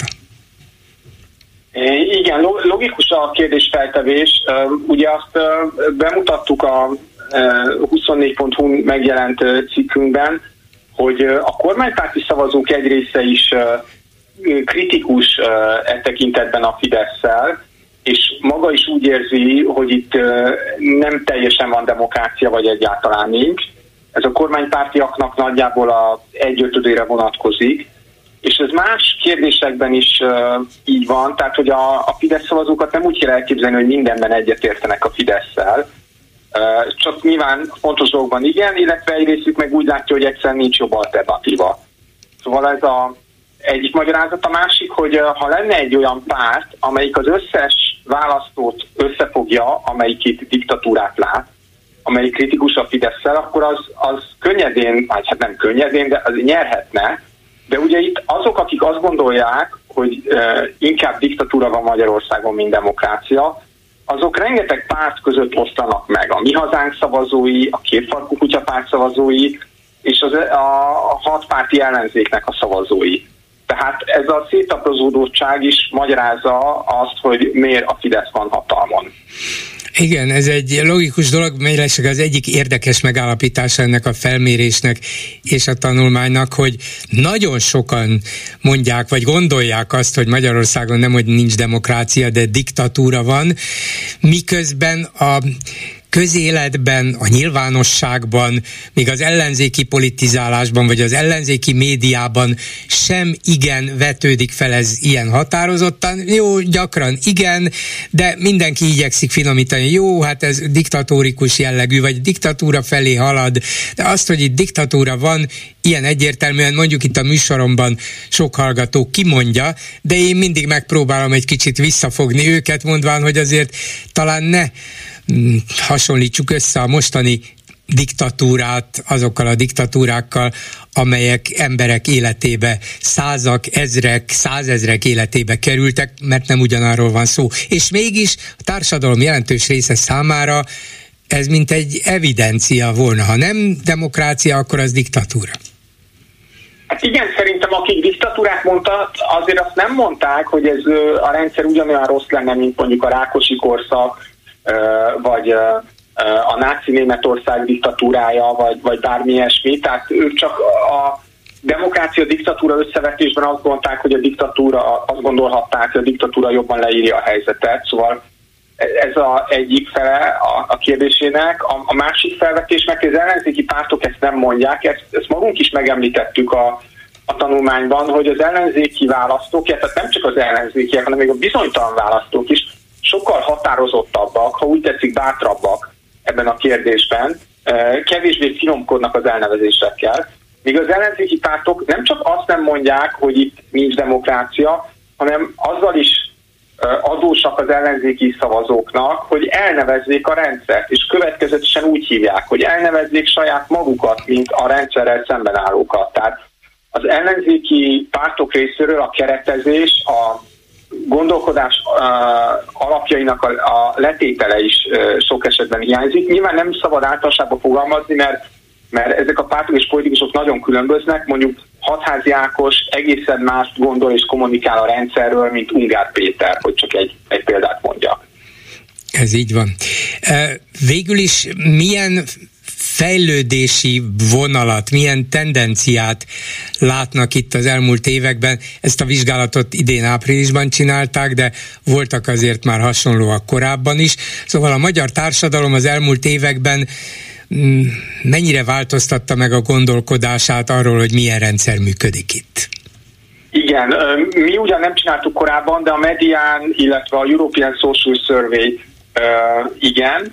Igen, logikus a kérdésfeltevés. Ugye azt bemutattuk a 24.hu megjelent cikkünkben, hogy a kormánypárti szavazók egy része is kritikus e tekintetben a Fidesszel, és maga is úgy érzi, hogy itt nem teljesen van demokrácia, vagy egyáltalán nincs. Ez a kormánypártiaknak nagyjából a 1/5-ére vonatkozik, és ez más kérdésekben is így van, tehát hogy a Fidesz szavazókat nem úgy kell elképzelni, hogy mindenben egyetértenek a Fidesszel, csak nyilván fontos dolgokban igen, illetve egy részük meg úgy látja, hogy egyszerűen nincs jobb alternatíva. Szóval ez a egyik magyarázat, a másik, hogy ha lenne egy olyan párt, amelyik az összes választót összefogja, amelyik itt diktatúrát lát, amelyik kritikus a Fidesszel, akkor az könnyedén, hát nem könnyedén, de az nyerhetne. De ugye itt azok, akik azt gondolják, hogy inkább diktatúra van Magyarországon, mint demokrácia, azok rengeteg párt között osztanak meg. A Mi Hazánk szavazói, a Kétfarkú Kutyapárt szavazói, és a 6 párti ellenzéknek a szavazói. Tehát ez a szétaprozódottság is magyarázza azt, hogy miért a Fidesz van hatalmon. Igen, ez egy logikus dolog, melyre az egyik érdekes megállapítása ennek a felmérésnek és a tanulmánynak, hogy nagyon sokan mondják, vagy gondolják azt, hogy Magyarországon nem, hogy nincs demokrácia, de diktatúra van, miközben a közéletben, a nyilvánosságban, még az ellenzéki politizálásban, vagy az ellenzéki médiában sem igen vetődik fel ez ilyen határozottan. Jó, gyakran igen, de mindenki igyekszik finomítani. Jó, hát ez diktatórikus jellegű, vagy diktatúra felé halad, de azt, hogy itt diktatúra van, ilyen egyértelműen mondjuk itt a műsoromban sok hallgató kimondja, de én mindig megpróbálom egy kicsit visszafogni őket, mondván, hogy azért talán ne hasonlítsuk össze a mostani diktatúrát azokkal a diktatúrákkal, amelyek emberek életébe, százak, ezrek, százezrek életébe kerültek, mert nem ugyanarról van szó. És mégis a társadalom jelentős része számára ez mint egy evidencia volna. Ha nem demokrácia, akkor az diktatúra. Hát igen, szerintem akik diktatúrát mondta, azért azt nem mondták, hogy ez a rendszer ugyanolyan rossz lenne, mint mondjuk a Rákosi korszak, vagy a náci Németország diktatúrája, vagy bármi ilyesmi. Tehát ők csak a demokrácia diktatúra összevetésben azt gondolták, hogy azt gondolhatták, hogy a diktatúra jobban leírja a helyzetet. Szóval ez az egyik fele a kérdésének. A másik felvetés meg, hogy az ellenzéki pártok ezt nem mondják, ezt magunk is megemlítettük a tanulmányban, hogy az ellenzéki választók, tehát nem csak az ellenzékiek, hanem még a bizonytalan választók is sokkal határozottabbak, ha úgy tetszik, bátrabbak ebben a kérdésben, kevésbé finomkodnak az elnevezésekkel, míg az ellenzéki pártok nem csak azt nem mondják, hogy itt nincs demokrácia, hanem azzal is adósak az ellenzéki szavazóknak, hogy elnevezzék a rendszert, és következetesen úgy hívják, hogy elnevezzék saját magukat, mint a rendszerrel szemben állókat. Tehát az ellenzéki pártok részéről a keretezés, a gondolkodás alapjainak a letétele is sok esetben hiányzik. Nyilván nem szabad általánosságban fogalmazni, mert ezek a pártok és politikusok nagyon különböznek. Mondjuk Hatházi Ákos egészen mást gondol és kommunikál a rendszerről, mint Ungár Péter, hogy csak egy példát mondjak. Ez így van. Végül is milyen fejlődési vonalat, milyen tendenciát látnak itt az elmúlt években? Ezt a vizsgálatot idén áprilisban csinálták, de voltak azért már hasonlóak korábban is. Szóval a magyar társadalom az elmúlt években mennyire változtatta meg a gondolkodását arról, hogy milyen rendszer működik itt? Igen, mi ugyan nem csináltuk korábban, de a Median, illetve a European Social Survey igen.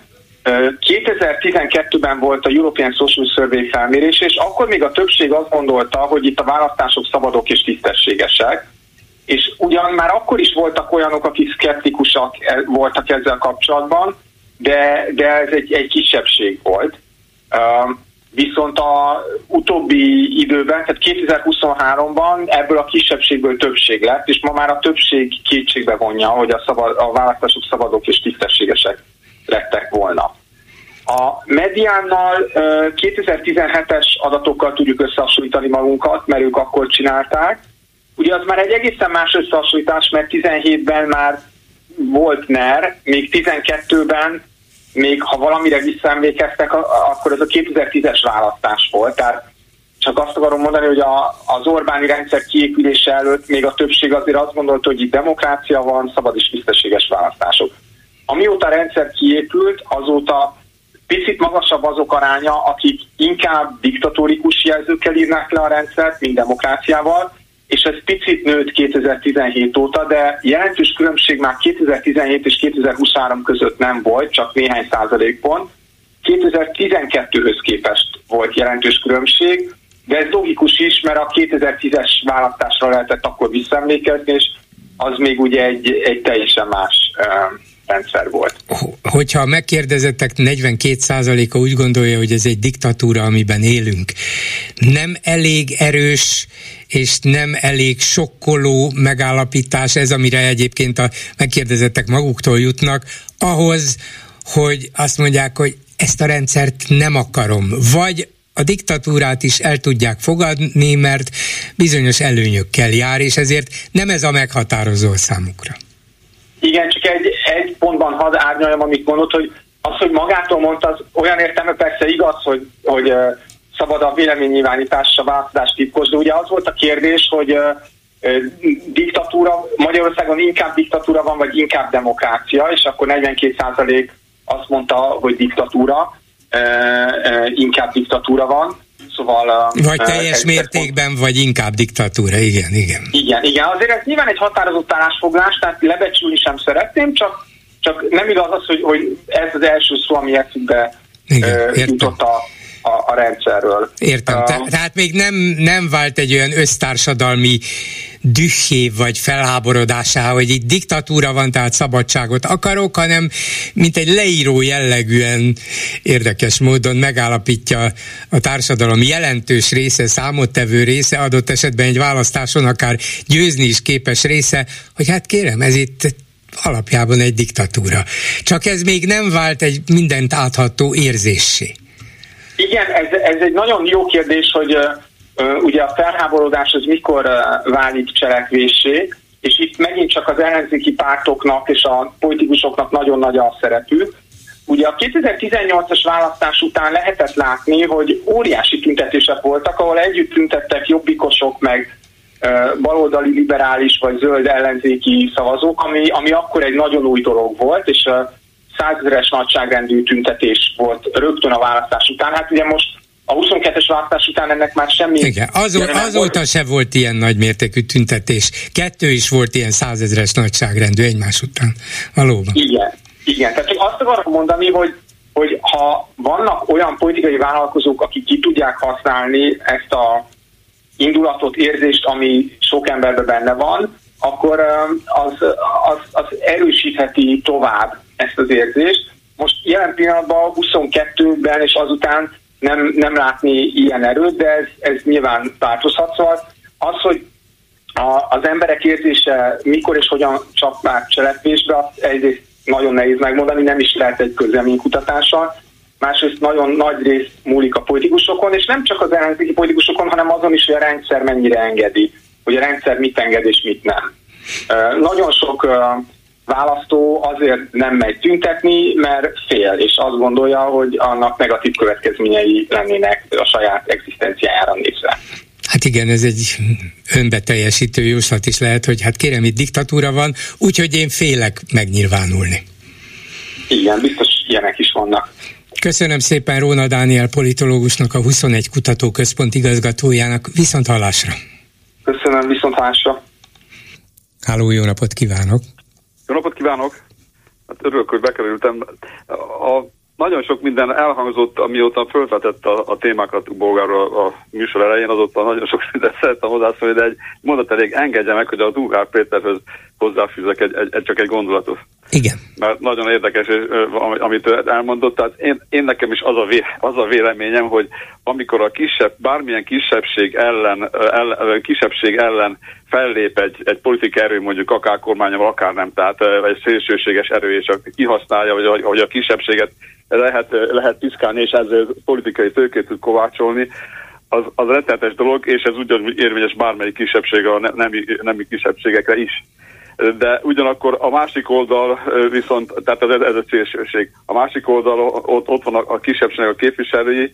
2012-ben volt a European Social Survey felmérés, és akkor még a többség azt gondolta, hogy itt a választások szabadok és tisztességesek, és ugyan már akkor is voltak olyanok, akik szkeptikusak voltak ezzel kapcsolatban, de ez egy kisebbség volt. Viszont a utóbbi időben, tehát 2023-ban ebből a kisebbségből többség lett, és ma már a többség kétségbe vonja, hogy a választások szabadok és tisztességesek lettek volna. A mediánnal 2017-es adatokkal tudjuk összehasonlítani magunkat, mert ők akkor csinálták. Ugye az már egy egészen más összehasonlítás, mert 17-ben már volt NER, még 12-ben, még ha valamire visszaemlékeztek, akkor ez a 2010-es választás volt. Tehát csak azt akarom mondani, hogy az Orbáni rendszer kiépülése előtt még a többség azért azt gondolta, hogy itt demokrácia van, szabad és tisztességes választások. Amióta a rendszer kiépült, azóta picit magasabb azok aránya, akik inkább diktatórikus jelzőkkel írnák le a rendszert, mint demokráciával, és ez picit nőtt 2017 óta, de jelentős különbség már 2017 és 2023 között nem volt, csak néhány százalékpont. 2012-höz képest volt jelentős különbség, de ez logikus is, mert a 2010-es választásra lehetett akkor visszaemlékezni, és az még ugye egy teljesen más rendszer volt. Hogyha megkérdezettek, 42%-a úgy gondolja, hogy ez egy diktatúra, amiben élünk. Nem elég erős és nem elég sokkoló megállapítás ez, amire egyébként a megkérdezettek maguktól jutnak, ahhoz, hogy azt mondják, hogy ezt a rendszert nem akarom. Vagy a diktatúrát is el tudják fogadni, mert bizonyos előnyökkel jár, és ezért nem ez a meghatározó számukra. Igen, csak egy pontban hadd árnyaljam, amit mondott, hogy az, hogy magától mondta, az olyan értelme persze igaz, hogy szabad a véleménynyilvánítás, a választás titkos, de ugye az volt a kérdés, hogy diktatúra, Magyarországon inkább diktatúra van, vagy inkább demokrácia, és akkor 42% azt mondta, hogy diktatúra, inkább diktatúra van. Szóval, vagy teljes mértékben, vagy inkább diktatúra, igen. Igen, azért ez nyilván egy határozott állásfoglalás, tehát lebecsülni sem szeretném, csak nem igaz az, hogy ez az első szó, ami eszükbe jutott a rendszerről. Értem, tehát még nem vált egy olyan össztársadalmi dühé vagy felháborodásá, hogy itt diktatúra van, tehát szabadságot akarok, hanem mint egy leíró jellegűen érdekes módon megállapítja a társadalom jelentős része, számottevő része, adott esetben egy választáson akár győzni is képes része, hogy hát kérem, ez itt alapjában egy diktatúra. Csak ez még nem vált egy mindent átható érzéssé. Igen, ez egy nagyon jó kérdés, hogy ugye a felháborodás az mikor válik cselekvéssé, és itt megint csak az ellenzéki pártoknak és a politikusoknak nagyon nagy a szerepük. Ugye a 2018-as választás után lehetett látni, hogy óriási tüntetések voltak, ahol együtt tüntettek jobbikosok, meg baloldali liberális vagy zöld ellenzéki szavazók, ami akkor egy nagyon új dolog volt, és 100 000-es nagyságrendű tüntetés volt rögtön a választás után. Hát ugye most a 22-es választás után ennek már semmi... Igen, azóta se volt ilyen nagymértékű tüntetés. 2 is volt ilyen 100 000-es nagyságrendű egymás után. Valóban. Igen. Tehát csak azt akarom mondani, hogy ha vannak olyan politikai vállalkozók, akik ki tudják használni ezt a indulatot, érzést, ami sok emberben benne van, akkor az erősítheti tovább ezt az érzést. Most jelen pillanatban 22-ben és azután nem látni ilyen erőt, de ez nyilván változhat. Szóval az, hogy az emberek érzése mikor és hogyan csapják cselekvésbe, azt egyrészt nagyon nehéz megmondani, nem is lehet egy közleménykutatással. Másrészt nagyon nagy rész múlik a politikusokon, és nem csak az ellenzéki politikusokon, hanem azon is, hogy a rendszer mennyire engedi, hogy a rendszer mit enged és mit nem. Nagyon sok választó azért nem megy tüntetni, mert fél, és azt gondolja, hogy annak negatív következményei lennének a saját egzisztenciájára nézve. Hát igen, ez egy önbeteljesítő jóslat is lehet, hogy hát kérem, itt diktatúra van, úgyhogy én félek megnyilvánulni. Igen, biztos ilyenek is vannak. Köszönöm szépen Róna Dániel politológusnak, a 21 Kutatóközpont igazgatójának. Viszont hallásra! Köszönöm, viszont hallásra! Háló, jó napot kívánok! Jó napot kívánok! Hát örülök, hogy bekerültem. Nagyon sok minden elhangzott, amióta fölvetett a témákat Bolgárról a műsor elején, azóta nagyon sok mindent szerettem hozzászólni, de egy mondat elég, engedje meg, hogy a Duhár Péterhöz hozzáfűzek csak egy gondolatot. Igen. Mert nagyon érdekes, amit elmondott, tehát én nekem is az a véleményem, hogy amikor bármilyen kisebbség ellen fellép egy politikai erő, mondjuk akár kormányával, akár nem, tehát egy szélsőséges erő, és kihasználja, hogy a kisebbséget lehet piszkálni, és ezzel politikai tőkét tud kovácsolni, az rettenetes dolog, és ez ugyanúgy érvényes bármelyik kisebbség, a nemi kisebbségekre is. De ugyanakkor a másik oldal viszont, tehát ez a szélsőség. A másik oldal ott van a kisebbségnek a képviselői,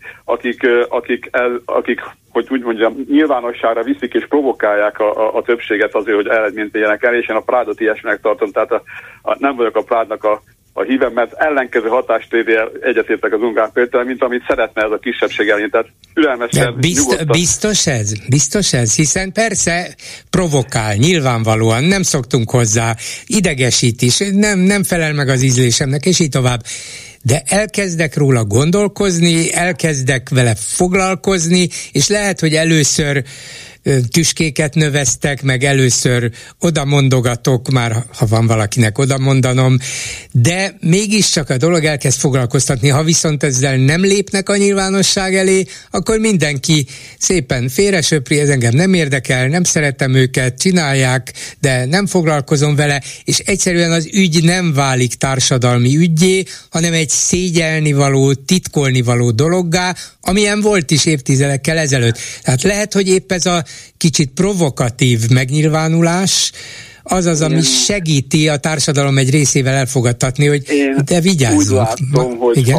akik, hogy úgy mondjam, nyilvánosságra viszik és provokálják a többséget azért, hogy eredményt éljenek el, és én a Prádot ilyesminek tartom, tehát nem vagyok a Prádnak a hívem, mert ellenkező hatást éri el, egyetértek az Ungár Péter, mint amit szeretne ez a kisebbség elén. Tehát ürelmesen, nyugodtan. Biztos ez? Hiszen persze provokál, nyilvánvalóan, nem szoktunk hozzá, idegesít is, nem felel meg az ízlésemnek, és így tovább. De elkezdek róla gondolkozni, elkezdek vele foglalkozni, és lehet, hogy először tüskéket növesztek, meg először oda mondogatok, már ha van valakinek oda mondanom, de mégiscsak a dolog elkezd foglalkoztatni. Ha viszont ezzel nem lépnek a nyilvánosság elé, akkor mindenki szépen félresöpri, ez engem nem érdekel, nem szeretem őket, csinálják, de nem foglalkozom vele, és egyszerűen az ügy nem válik társadalmi üggyé, hanem egy szégyelnivaló, titkolnivaló dologgá, amilyen volt is évtizedekkel ezelőtt. Tehát lehet, hogy épp ez a kicsit provokatív megnyilvánulás az, ami segíti a társadalom egy részével elfogadtatni, hogy de vigyázzunk. Úgy látom,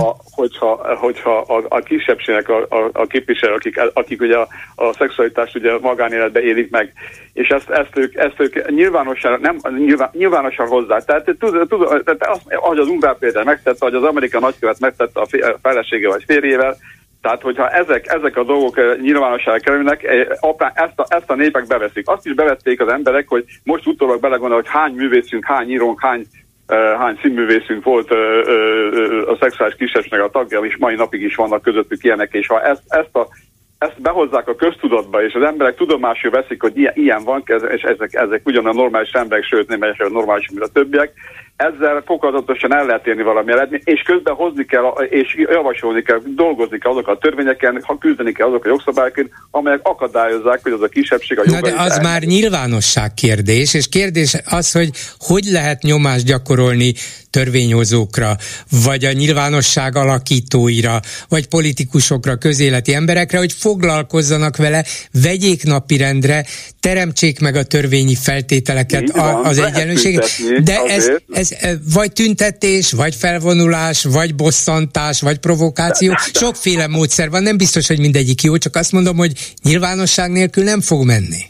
hogyha a kisebbségnek a képviselők, akik ugye a szexualitást ugye magánéletbe élik meg, és ezt ők nyilvánosan hozzá. Tehát ahogy az Ungár Péter megtette, ahogy az amerikai nagykövet megtette a felesége vagy férjével, tehát, hogyha ezek a dolgok nyilvánosságra kerülnek, ezt a népek beveszik. Azt is bevették az emberek, hogy most utólag belegondol, hogy hány művészünk, hány írónk, hány színművészünk volt a szexuális kisebbségnek a tagja, és mai napig is vannak közöttük ilyenek, és ha ezt behozzák a köztudatba, és az emberek tudomásul veszik, hogy ilyen van, és ezek ugyanolyan normális emberek, sőt nem normális, mint a többiek, ezzel fokozatosan el lehet érni valami eredményt, és közben hozni kell, és javasolni kell, dolgozni kell azok a törvényeken, ha küzdeni kell azok a jogszabályokon, amelyek akadályozzák, hogy az a kisebbség a jogait. Na de az már nyilvánosság kérdés, és kérdés az, hogy lehet nyomást gyakorolni törvényhozókra, vagy a nyilvánosság alakítóira, vagy politikusokra, közéleti emberekre, hogy foglalkozzanak vele, vegyék napirendre, teremtsék meg a törvényi feltételeket, az egyenlőséget. De ez vagy tüntetés, vagy felvonulás, vagy bosszantás, vagy provokáció. Sokféle módszer van, nem biztos, hogy mindegyik jó, csak azt mondom, hogy nyilvánosság nélkül nem fog menni.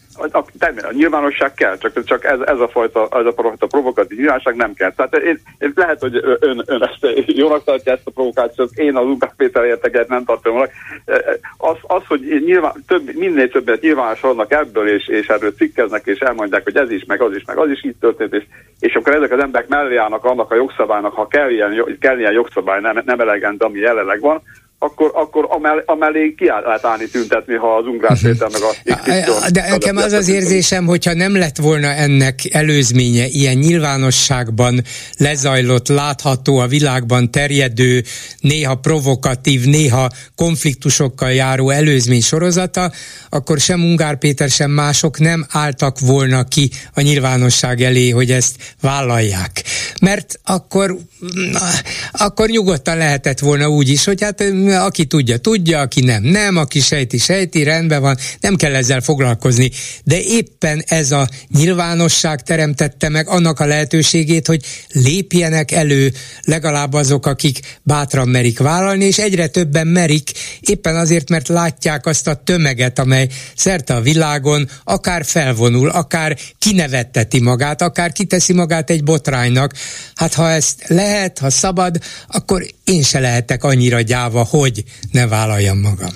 A nyilvánosság kell, csak ez a fajta provokatív nyilvánosság nem kell. Tehát én lehet, hogy ön ezt jónak tartja ezt a provokációt, én az Ungár Péter érteket nem tartom volna. Az, hogy minél többet nyilvánosulnak ebből, és erről cikkeznek, és elmondják, hogy ez is, meg az is így történt, és akkor ezek az emberek mellé állnak annak a jogszabálynak, ha kell ilyen jogszabály, nem elegendő, ami jelenleg van, akkor amellé ki lehet állni tüntetni, ha az Ungár Péter meg a... De nekem az érzésem, hogyha nem lett volna ennek előzménye, ilyen nyilvánosságban lezajlott, látható, a világban terjedő, néha provokatív, néha konfliktusokkal járó előzmény sorozata, akkor sem Ungár Péter, sem mások nem álltak volna ki a nyilvánosság elé, hogy ezt vállalják. Mert akkor nyugodtan lehetett volna úgy is, hogy hát aki tudja, aki nem, aki sejti, rendben van, nem kell ezzel foglalkozni. De éppen ez a nyilvánosság teremtette meg annak a lehetőségét, hogy lépjenek elő legalább azok, akik bátran merik vállalni, és egyre többen merik, éppen azért, mert látják azt a tömeget, amely szerte a világon akár felvonul, akár kinevetteti magát, akár kiteszi magát egy botránynak. Hát ha ezt lehet, ha szabad, akkor én se lehetek annyira gyáva, hogy ne vállaljam magam.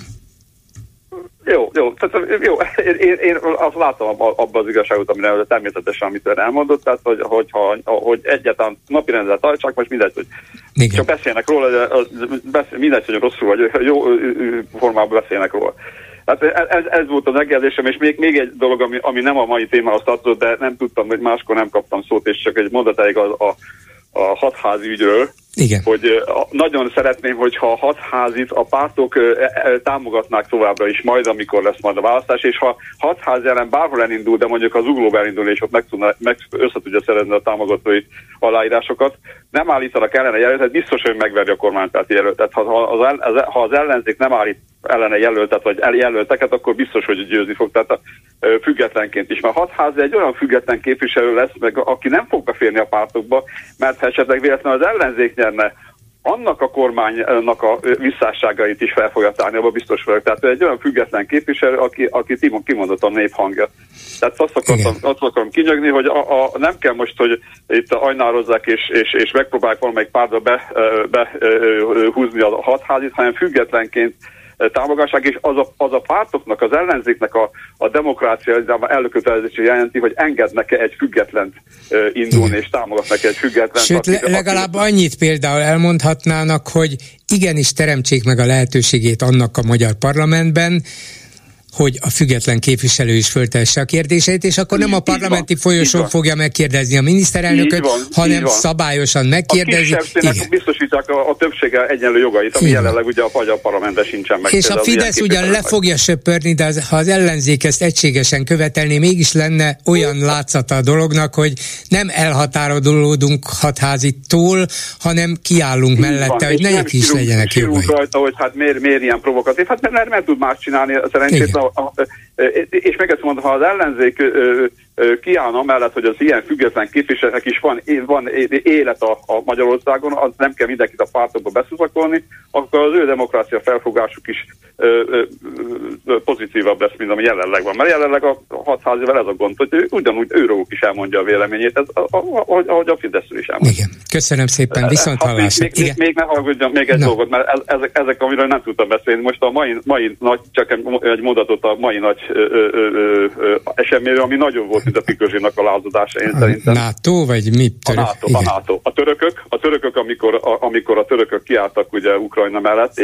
Jó. Tehát, én azt látom abban az igazságot, amire természetesen, amit ön elmondott, tehát, hogy egyáltalán napirendre tartsák, most mindegy, hogy igen. Csak beszélnek róla, mindegy, hogy rosszul vagy jó formában beszélnek róla. Tehát ez volt a megjegyzésem, és még egy dolog, ami nem a mai témához tartozott, de nem tudtam, hogy máskor nem kaptam szót, és csak egy mondatáig a hatházi ügyről. Igen. Hogy nagyon szeretném, hogyha a hatházit a pártok támogatnák továbbra is majd, amikor lesz majd a választás, és ha hatház ellen bárhol elindul, de mondjuk az Zuglóba elindul, és ott össze tudja szerezni a támogatói aláírásokat, nem állítanak ellene jelöltet, biztos, hogy megverje a kormánypárti jelöltet. Ha az ellenzék nem állít ellene jelöltet, vagy jelölteket, akkor biztos, hogy győzni fog. Tehát függetlenként is. Mert hatházi egy olyan független képviselő lesz, meg aki nem fog beférni a pártokba, mert ha esetleg véletlenül az ellenzék nyerne, annak a kormánynak a visszásságait is fel fogja tárni, abban biztos vagyok. Tehát egy olyan független képviselő, aki kimondottan néphangja. Tehát azt akarom kinyögni, hogy nem kell most, hogy itt ajnározzák és megpróbálják valamelyik pártba behúzni a hatházit, hanem függetlenként támogassák, és az a pártoknak, az ellenzéknek a demokrácia előkötelezése jelenti, hogy engednek-e egy függetlent indulni, és támogatnak egy függetlent. Sőt, legalább annyit például elmondhatnának, hogy igenis teremtsék meg a lehetőségét annak a magyar parlamentben, hogy a független képviselő is föltesse a kérdéseit, és akkor nem a parlamenti folyosón fogja megkérdezni a miniszterelnököt, hanem szabályosan megkérdezi. A kisebbségnek biztosítják a többséggel egyenlő jogait, ami jelenleg ugye a magyar parlamentben sincsen meg. És a Fidesz ugyan le fogja söpörni, de ha az ellenzék ezt egységesen követelné, mégis lenne olyan látszata a dolognak, hogy nem elhatárolódunk hatházitól, hanem kiállunk mellette, hogy nekik is legyenek jogai. Rajta, hogy hát miért ilyen provokatív, hát mert nem tud más csinálni szerencsét. És meg ezt mondom, ha az ellenzék kiállna mellett, hogy az ilyen független képviselőnek is van élet a Magyarországon, az nem kell mindenkit a pártokba beszuszakolni, akkor az ő demokrácia felfogásuk is pozitívabb lesz, mint ami jelenleg van. Mert jelenleg a hatházival ez a gond, hogy ugyanúgy őróluk is elmondja a véleményét, ahogy a Fideszről is elmondja. Igen. Köszönöm szépen, viszont hallásra. Még ne hallgatjam még egy dolgot, mert ezek, amiről nem tudtam beszélni. Most a mai nagy, csak egy mondatot a mai nagy eseményről, ami nagyon volt, mint a Prigozsinnak a lázadása, én szerintem. NATO, vagy mi? A NATO. A törökök, amikor a törökök kiálltak ugye Ukrajna mellett,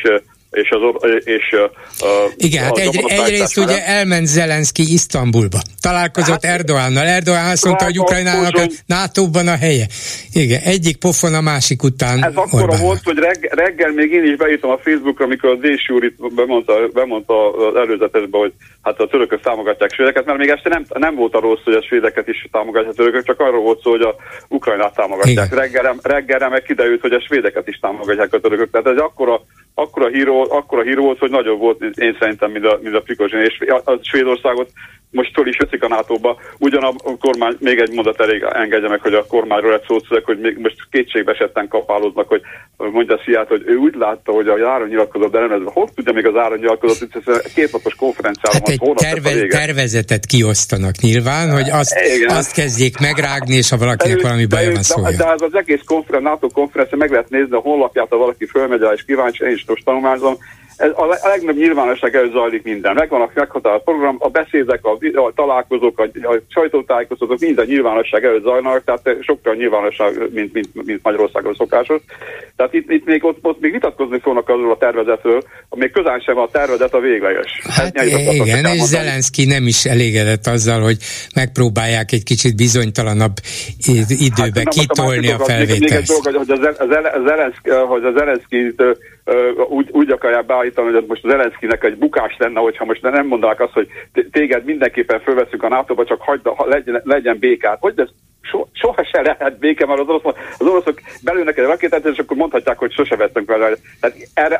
igen, hát egyrészt ugye elment Zelenszky Isztambulba. Találkozott Erdoánnal. Erdoán azt mondta, hogy Ukrajnának a NATO-ban a helye. Igen, egyik pofon a másik után. Ez akkora volt, hogy reggel még én is beírtam a Facebookra, amikor a Dési úr itt bemondta az előzetesbe, hogy hát a törökök támogatják a svédeket, mert még este nem volt arról szó, hogy a svédeket is támogatják a törökök, csak arról volt szó, hogy a Ukrajnát támogatják. Reggelre meg kiderült, hogy a svédeket is támogatják a törökök. Tehát ez akkora híró volt, hogy nagyobb volt én szerintem, mint a Prigozsin, és a Svédországot most föl is veszik a NATO-ba. Ugyan a kormány, még egy mondat elég engedje meg, hogy a kormányról egy szót szólok, hogy még most kétségbe esetten kapálódnak, hogy mondja Szijjártó, hogy ő úgy látta, hogy a zárónyilatkozat, de nem ez, hol tudja még a zárónyilatkozat, hogy 2 napos konferenciára van. Hát tervezetet kiosztanak nyilván, hogy azt kezdjék megrágni, és ha valakinek valami baja van, szóljon. De az egész NATO konferencia meg lehet nézni a honlapját, ha valaki fölmegy el és kíváncsi, én is most tanulmányozom. Ez a legnagyobb nyilvánosság előtt zajlik minden. Megvan a meghatározott program, a beszédek, a találkozók, a sajtótájékoztatók minden nyilvánosság előtt zajlanak, tehát sokkal nyilvánosság, mint Magyarországon szokásos. Tehát itt még ott még vitatkozni fognak azról a tervezetről, még közel sem a tervezet a végleges. Hát igen, és Zelenszky nem is elégedett azzal, hogy megpróbálják egy kicsit bizonytalanabb időbe kitolni a felvételt. Még egy dolog, hogy a Zelenszkyt úgy akarják beállítani, hogy most az Zelenszkynek egy bukás lenne, hogyha most nem mondanák azt, hogy téged mindenképpen fölveszünk a NATO-ba, csak legyen békát. Hogy ez soha se lehet béke, mert az oroszok belülnek egy rakétát, és akkor mondhatják, hogy sose vettünk vele. Tehát erre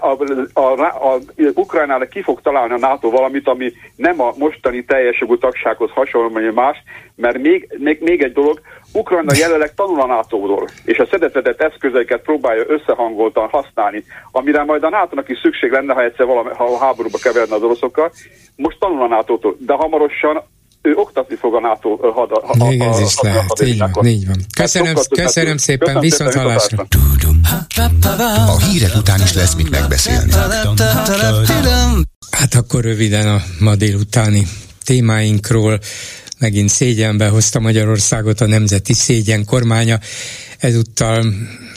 a Ukrajnának ki fog találni a NATO valamit, ami nem a mostani teljes jogú tagsághoz hasonló, vagy más, mert még egy dolog, Ukrajna jelenleg tanul a NATO-ról, és a szedetvetett eszközeiket próbálja összehangoltan használni, amire majd a NATO-nak is szükség lenne, ha egyszer ha a háborúba keverne az oroszokkal. Most tanul a NATO-tól, de hamarosan ő oktatni fog a NATO még ez is lehet, így van. Köszönöm szépen, viszont hallásra. A hírek után is lesz mit megbeszélni. Hát akkor röviden a ma délutáni témáinkról. Megint szégyenbe hozta Magyarországot a nemzeti szégyen kormánya. Ezúttal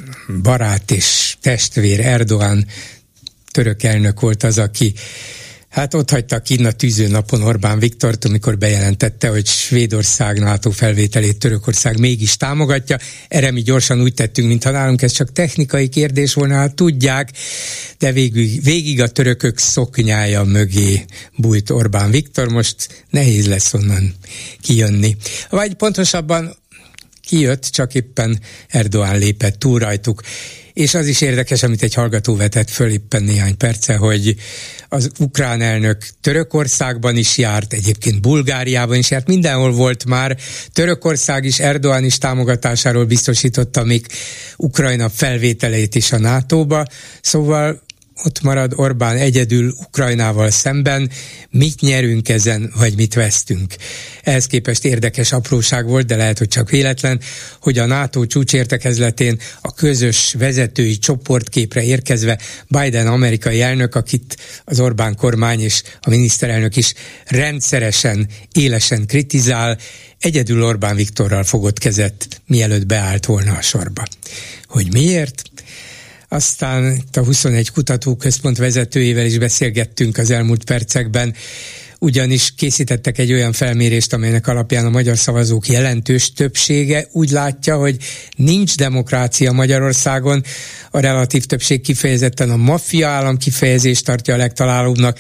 barát és testvér Erdoğan török elnök volt az, aki Hát ott hagyta kinn a tűző napon Orbán Viktort, amikor bejelentette, hogy Svédország NATO felvételét Törökország mégis támogatja. Erre mi gyorsan úgy tettünk, mintha nálunk ez csak technikai kérdés volna, hát tudják, de végig a törökök szoknyája mögé bújt Orbán Viktor, most nehéz lesz onnan kijönni. Vagy pontosabban kijött, csak éppen Erdoğan lépett túl rajtuk. És az is érdekes, amit egy hallgató vetett föl éppen néhány perce, hogy az ukrán elnök Törökországban is járt, egyébként Bulgáriában is járt, mindenhol volt már. Törökország is Erdoğan is támogatásáról biztosította még Ukrajna felvételét is a NATO-ba, szóval ott marad Orbán egyedül Ukrajnával szemben. Mit nyerünk ezen, vagy mit vesztünk? Ehhez képest érdekes apróság volt, de lehet, hogy csak véletlen, hogy a NATO csúcsértekezletén a közös vezetői csoportképre érkezve Biden amerikai elnök, akit az Orbán kormány és a miniszterelnök is rendszeresen, élesen kritizál, egyedül Orbán Viktorral fogott kezet, mielőtt beállt volna a sorba. Hogy miért? Aztán a 21 Kutatóközpont vezetőjével is beszélgettünk az elmúlt percekben, ugyanis készítettek egy olyan felmérést, amelynek alapján a magyar szavazók jelentős többsége úgy látja, hogy nincs demokrácia Magyarországon. A relatív többség kifejezetten a maffia állam kifejezést tartja a legtalálóbbnak,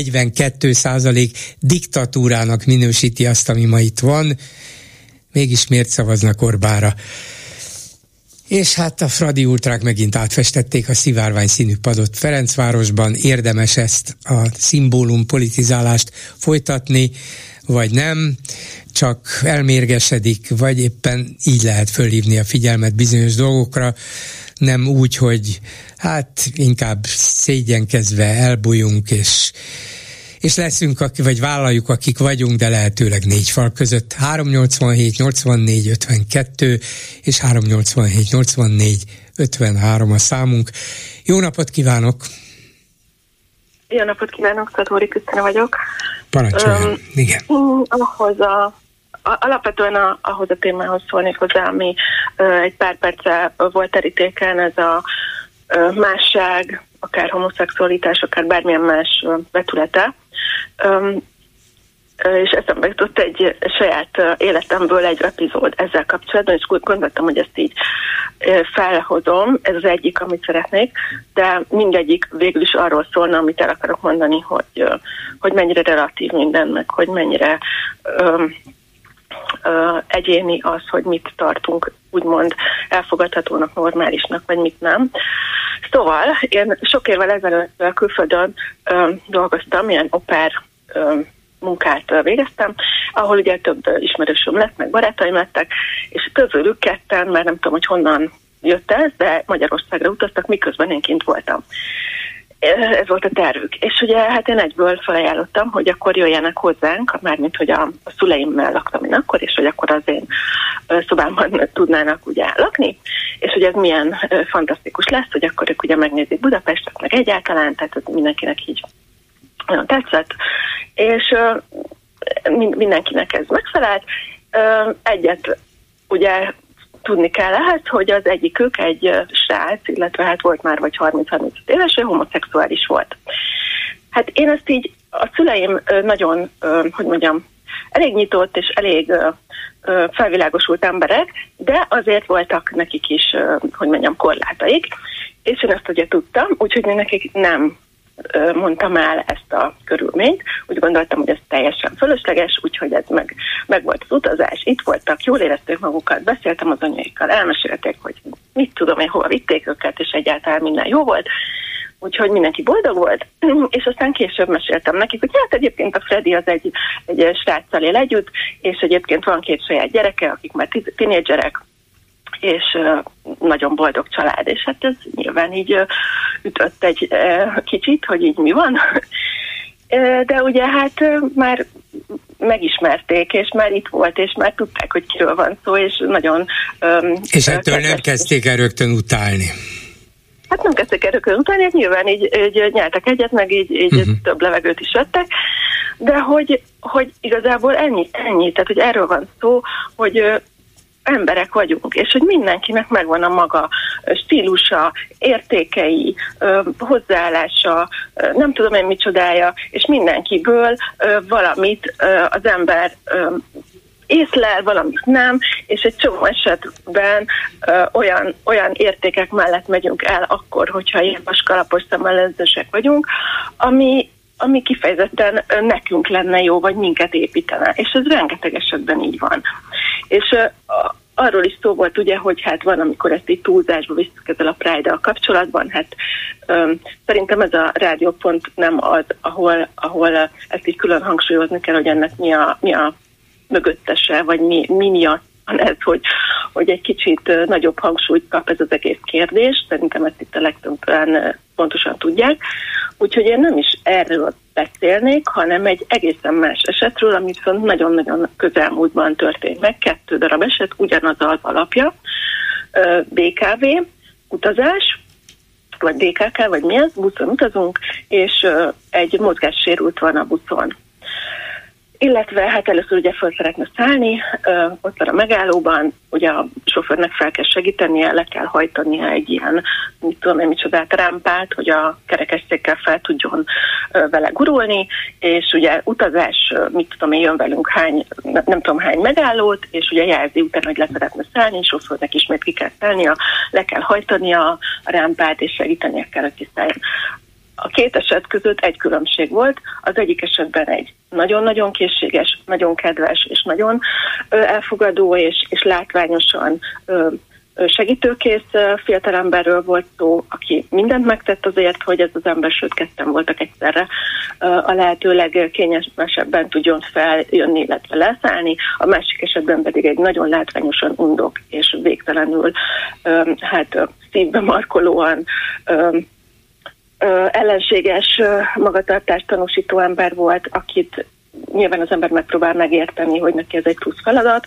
42% diktatúrának minősíti azt, ami ma itt van. Mégis miért szavaznak Orbánra? És hát a fradi ultrák megint átfestették a szivárvány színű padot Ferencvárosban. Érdemes ezt a szimbólum politizálást folytatni, vagy nem, csak elmérgesedik, vagy éppen így lehet fölhívni a figyelmet bizonyos dolgokra, nem úgy, hogy hát inkább szégyenkezve elbújunk, és leszünk, vagy vállaljuk, akik vagyunk, de lehetőleg 4 fal között. 387 84 52 és 387 84 53 a számunk. Jó napot kívánok! Jó napot kívánok, Szatmóri Krisztina vagyok. Parancsoljon, igen. Alapvetően ahhoz a témához szólnék hozzá, ami egy pár perce volt terítéken, ez a másság, akár homoszexualitás, akár bármilyen más vetülete. És eszembe jutott egy saját életemből egy epizód ezzel kapcsolatban, és gondoltam, hogy ezt így felhozom, ez az egyik, amit szeretnék, de mindegyik végül is arról szólna, amit el akarok mondani, hogy mennyire relatív minden, meg hogy mennyire egyéni az, hogy mit tartunk úgymond elfogadhatónak, normálisnak, vagy mit nem. Szóval én sok évvel ezelőtt külföldön dolgoztam, ilyen oper munkát végeztem, ahol ugye több ismerősöm lett, meg barátaim lettek, és közülük ketten, mert nem tudom, hogy honnan jött ez, de Magyarországra utaztak, miközben én kint voltam. Ez volt a tervük. És ugye hát én egyből felajánlottam, hogy akkor jöjjenek hozzánk, mármint hogy a szüleimmel laktam én akkor, és hogy akkor az én szobámban tudnának ugye lakni, és hogy ez milyen fantasztikus lesz, hogy akkor ők ugye megnézik Budapestet, meg egyáltalán, tehát ez mindenkinek így nagyon tetszett, és mindenkinek ez megfelelt. Egyet ugye tudni kell ehhez, hogy az egyikük egy srác, illetve hát volt már vagy 30-35 éves, ő homoszexuális volt. Hát én ezt így, a szüleim nagyon, hogy mondjam, elég nyitott és elég felvilágosult emberek, de azért voltak nekik is, hogy mondjam, korlátaik, és én ezt ugye tudtam, úgyhogy nekik nem mondtam el ezt a körülményt, úgy gondoltam, hogy ez teljesen fölösleges, úgyhogy ez meg volt az utazás, itt voltak, jól érezték magukat, beszéltem az anyaikkal, elmesélték, hogy mit tudom én, hova vitték őket, és egyáltalán minden jó volt, úgyhogy mindenki boldog volt, és aztán később meséltem nekik, hogy hát egyébként a Freddy az egy sráccal él együtt, és egyébként van 2 saját gyereke, akik már tínédzserek, és nagyon boldog család, és hát ez nyilván így ütött egy kicsit, hogy így mi van. De ugye hát már megismerték, és már itt volt, és már tudták, hogy kiről van szó, és nagyon... És ettől nem kezdték el rögtön utálni. Hát nem kezdték el rögtön utálni, hát nyilván így nyeltek egyet, meg így több levegőt is vettek, de hogy igazából ennyi, tehát hogy erről van szó, hogy emberek vagyunk, és hogy mindenkinek megvan a maga stílusa, értékei, hozzáállása, nem tudom én micsodája, és mindenkiből valamit az ember észlel, valamit nem, és egy csomó esetben olyan értékek mellett megyünk el akkor, hogyha ilyen vaskalapos szemellenzősek vagyunk, ami kifejezetten nekünk lenne jó, vagy minket építene. És ez rengeteg esetben így van. És arról is szó volt ugye, hogy hát van, amikor ezt így túlzásba visszük ezzel a Pride-dal kapcsolatban, hát szerintem ez a rádiópont nem az, ahol ezt így külön hangsúlyozni kell, hogy ennek mi a mögöttese, vagy mi miatt van ez, hogy egy kicsit nagyobb hangsúlyt kap ez az egész kérdés. Szerintem ezt itt a legtöbben pontosan tudják. Úgyhogy én nem is erről beszélnék, hanem egy egészen más esetről, amit viszont nagyon-nagyon közelmúltban történt meg. 2 darab eset, ugyanaz az alapja. BKV, utazás, vagy BKK, vagy mi ez, buszon utazunk, és egy mozgássérült van a buszon. Illetve hát először ugye föl szeretne szállni, ott van a megállóban, ugye a sofőrnek fel kell segítenie, le kell hajtania egy ilyen, mit tudom én micsodát, rámpát, hogy a kerekesszékkel fel tudjon vele gurulni, és ugye utazás, mit tudom én, jön velünk nem tudom hány megállót, és ugye jelzi utána, hogy le szeretne szállni, és sofőrnek ismét ki kell szállnia, le kell hajtania a rámpát, és segítenie kell, hogy kiszálljon. A 2 eset között egy különbség volt, az egyik esetben egy nagyon-nagyon készséges, nagyon kedves és nagyon elfogadó és látványosan segítőkész fiatalemberről volt szó, aki mindent megtett azért, hogy ez az ember, sőt 2 voltak egyszerre, a lehető legkényelmesebben tudjon feljönni, illetve leszállni. A másik esetben pedig egy nagyon látványosan undok és végtelenül szívbe markolóan ellenséges magatartást tanúsító ember volt, akit nyilván az ember megpróbál megérteni, hogy neki ez egy plusz feladat,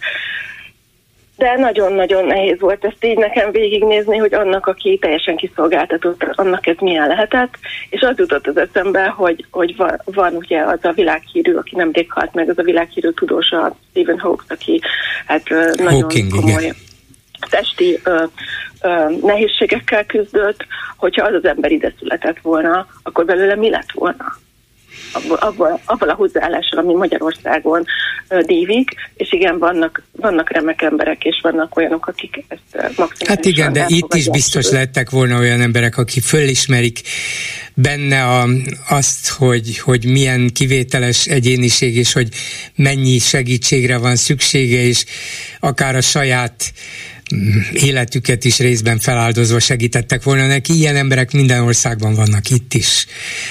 de nagyon-nagyon nehéz volt ezt így nekem végignézni, hogy annak, aki teljesen kiszolgáltatott, annak ez milyen lehetett, és az jutott az eszembe, hogy van ugye az a világhírű, aki nemrég halt meg, az a világhírű tudós, a Stephen Hawking, aki hát nagyon Hawking, komoly testi nehézségekkel küzdött, hogyha az ember ide született volna, akkor belőle mi lett volna? Abban a hozzáállással, ami Magyarországon dívik, és igen, vannak remek emberek, és vannak olyanok, akik ezt maximálisan hát igen, de itt is biztos lettek volna olyan emberek, akik fölismerik benne azt, hogy milyen kivételes egyéniség, és hogy mennyi segítségre van szüksége, és akár a saját életüket is részben feláldozva segítettek volna neki. Ilyen emberek minden országban vannak, itt is.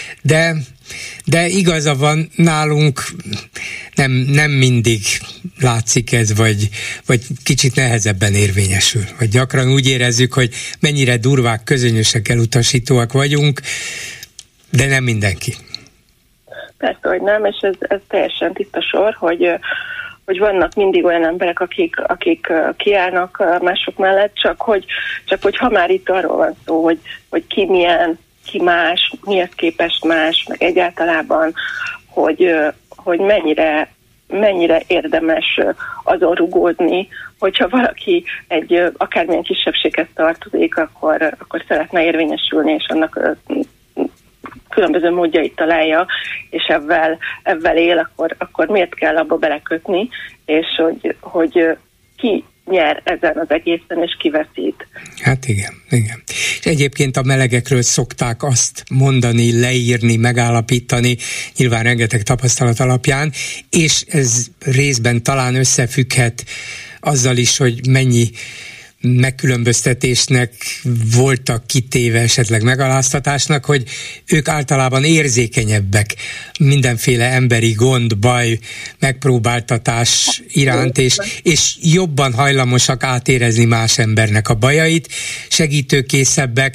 De igaza van, nálunk nem mindig látszik ez, vagy kicsit nehezebben érvényesül. Vagy gyakran úgy érezzük, hogy mennyire durvák, közönösek, elutasítóak vagyunk, de nem mindenki. Persze, hogy nem, és ez teljesen tiszta sor, hogy vannak mindig olyan emberek, akik kiállnak mások mellett, csak hogy ha már itt arról van szó, hogy ki milyen, ki más, mihez képest más, meg egyáltalában, hogy mennyire érdemes azon rugózni, hogyha valaki egy akármilyen kisebbséghez tartozik, akkor szeretne érvényesülni, és annak különböző módjait találja, és ebben él, akkor miért kell abba belekötni, és hogy ki nyer ezen az egészen, és ki veszít. Hát igen. És egyébként a melegekről szokták azt mondani, leírni, megállapítani, nyilván rengeteg tapasztalat alapján, és ez részben talán összefügghet azzal is, hogy mennyi megkülönböztetésnek voltak kitéve, esetleg megaláztatásnak, hogy ők általában érzékenyebbek mindenféle emberi gond, baj, megpróbáltatás iránt, és jobban hajlamosak átérezni más embernek a bajait, segítőkészebbek.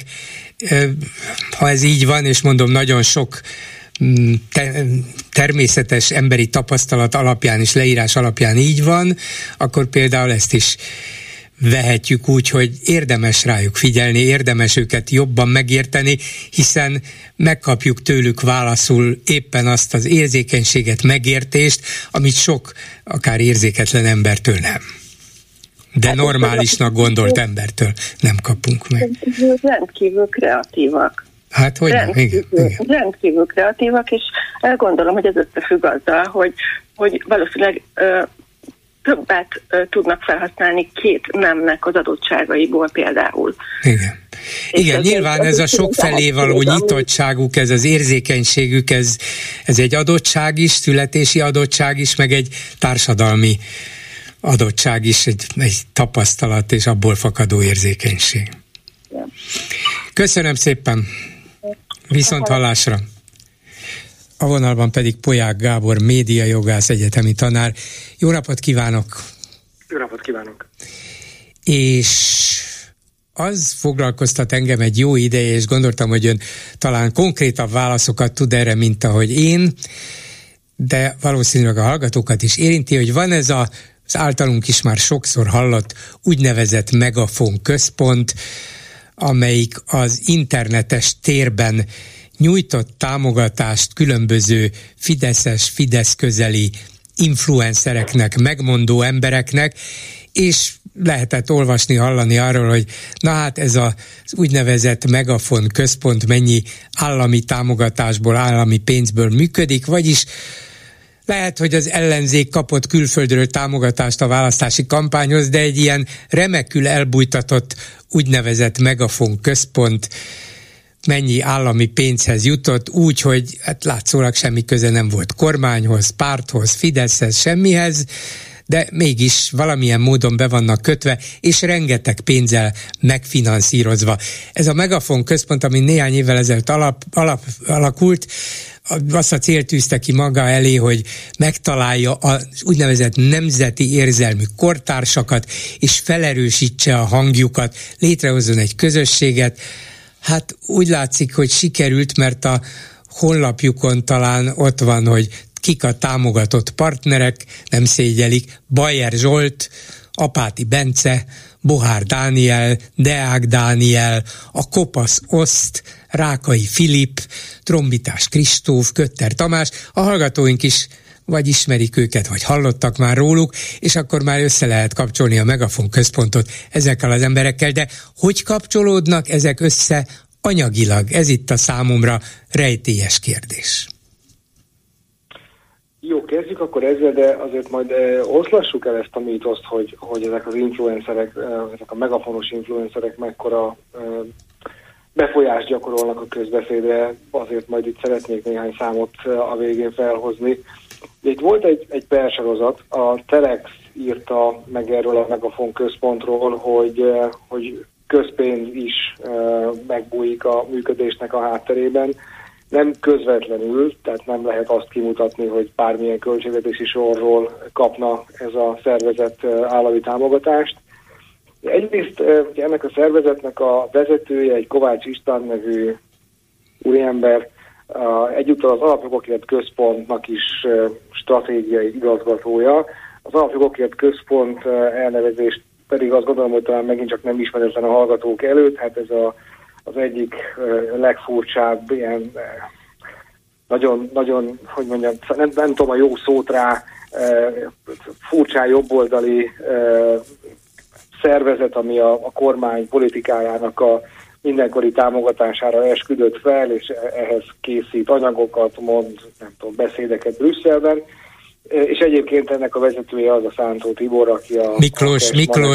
Ha ez így van, és mondom, nagyon sok természetes emberi tapasztalat alapján és leírás alapján így van, akkor például ezt is vehetjük úgy, hogy érdemes rájuk figyelni, érdemes őket jobban megérteni, hiszen megkapjuk tőlük válaszul éppen azt az érzékenységet, megértést, amit sok, akár érzéketlen embertől nem. De normálisnak gondolt embertől nem kapunk meg. Rendkívül kreatívak. Hát hogy rendkívül kreatívak, és gondolom, hogy ez összefügg azzal, hogy valószínűleg többet tudnak felhasználni két nemnek az adottságaiból például. Igen, nyilván ez a sokfelé való nyitottságuk, ez az érzékenységük, ez egy adottság is, születési adottság is, meg egy társadalmi adottság is, egy tapasztalat és abból fakadó érzékenység. Köszönöm szépen! Viszont hallásra! A vonalban pedig Polyák Gábor, médiajogász, egyetemi tanár. Jó napot kívánok! Jó napot kívánok! És az foglalkoztat engem egy jó ideje, és gondoltam, hogy ön talán konkrétabb válaszokat tud erre, mint ahogy én, de valószínűleg a hallgatókat is érinti, hogy van ez az általunk is már sokszor hallott úgynevezett megafon központ, amelyik az internetes térben nyújtott támogatást különböző fideszes, Fidesz közeli influencereknek, megmondó embereknek, és lehetett olvasni, hallani arról, hogy na hát ez az úgynevezett megafon központ mennyi állami támogatásból, állami pénzből működik, vagyis lehet, hogy az ellenzék kapott külföldről támogatást a választási kampányhoz, de egy ilyen remekül elbújtatott úgynevezett megafon központ mennyi állami pénzhez jutott, úgy, hogy hát látszólag semmi köze nem volt kormányhoz, párthoz, Fideszhez, semmihez, de mégis valamilyen módon be vannak kötve, és rengeteg pénzzel megfinanszírozva. Ez a megafon központ, ami néhány évvel ezelőtt alakult, azt a célt tűzte ki maga elé, hogy megtalálja az úgynevezett nemzeti érzelmű kortársakat, és felerősítse a hangjukat, létrehozzon egy közösséget. Hát úgy látszik, hogy sikerült, mert a honlapjukon talán ott van, hogy kik a támogatott partnerek, nem szégyelik, Bayer Zsolt, Apáti Bence, Bohár Dániel, Deák Dániel, a Kopasz Oszt, Rákai Filip, Trombitás Kristóf, Kötter Tamás, a hallgatóink is vagy ismerik őket, vagy hallottak már róluk, és akkor már össze lehet kapcsolni a Megafon központot ezekkel az emberekkel, de hogy kapcsolódnak ezek össze anyagilag? Ez itt a számomra rejtélyes kérdés. Jó, kezdjük akkor ezzel, de azért majd oszlassuk el ezt a mítoszt, hogy ezek az influencerek, ezek a megafonos influencerek mekkora befolyást gyakorolnak a közbeszédre, azért majd itt szeretnék néhány számot a végén felhozni. De itt volt egy persorozat, a Telex írta meg erről a Megafon központról, hogy közpénz is megbújik a működésnek a hátterében. Nem közvetlenül, tehát nem lehet azt kimutatni, hogy bármilyen költségvetési sorról kapna ez a szervezet állami támogatást. Egyrészt ennek a szervezetnek a vezetője, egy Kovács István nevű úriember, egyúttal az Alapjogokért Központnak is stratégiai igazgatója. Az Alapjogokért Központ elnevezést pedig azt gondolom, hogy talán megint csak nem ismeretlen a hallgatók előtt, hát ez az egyik legfurcsább, ilyen nagyon, hogy mondjam, nem tudom a jó szót rá, furcsán jobboldali szervezet, ami a kormány politikájának a mindenkori támogatására esküdött fel, és ehhez készít anyagokat, mond, nem tudom, beszédeket Brüsszelben. És egyébként ennek a vezetője az a Szántó Tibor, aki a... Miklós,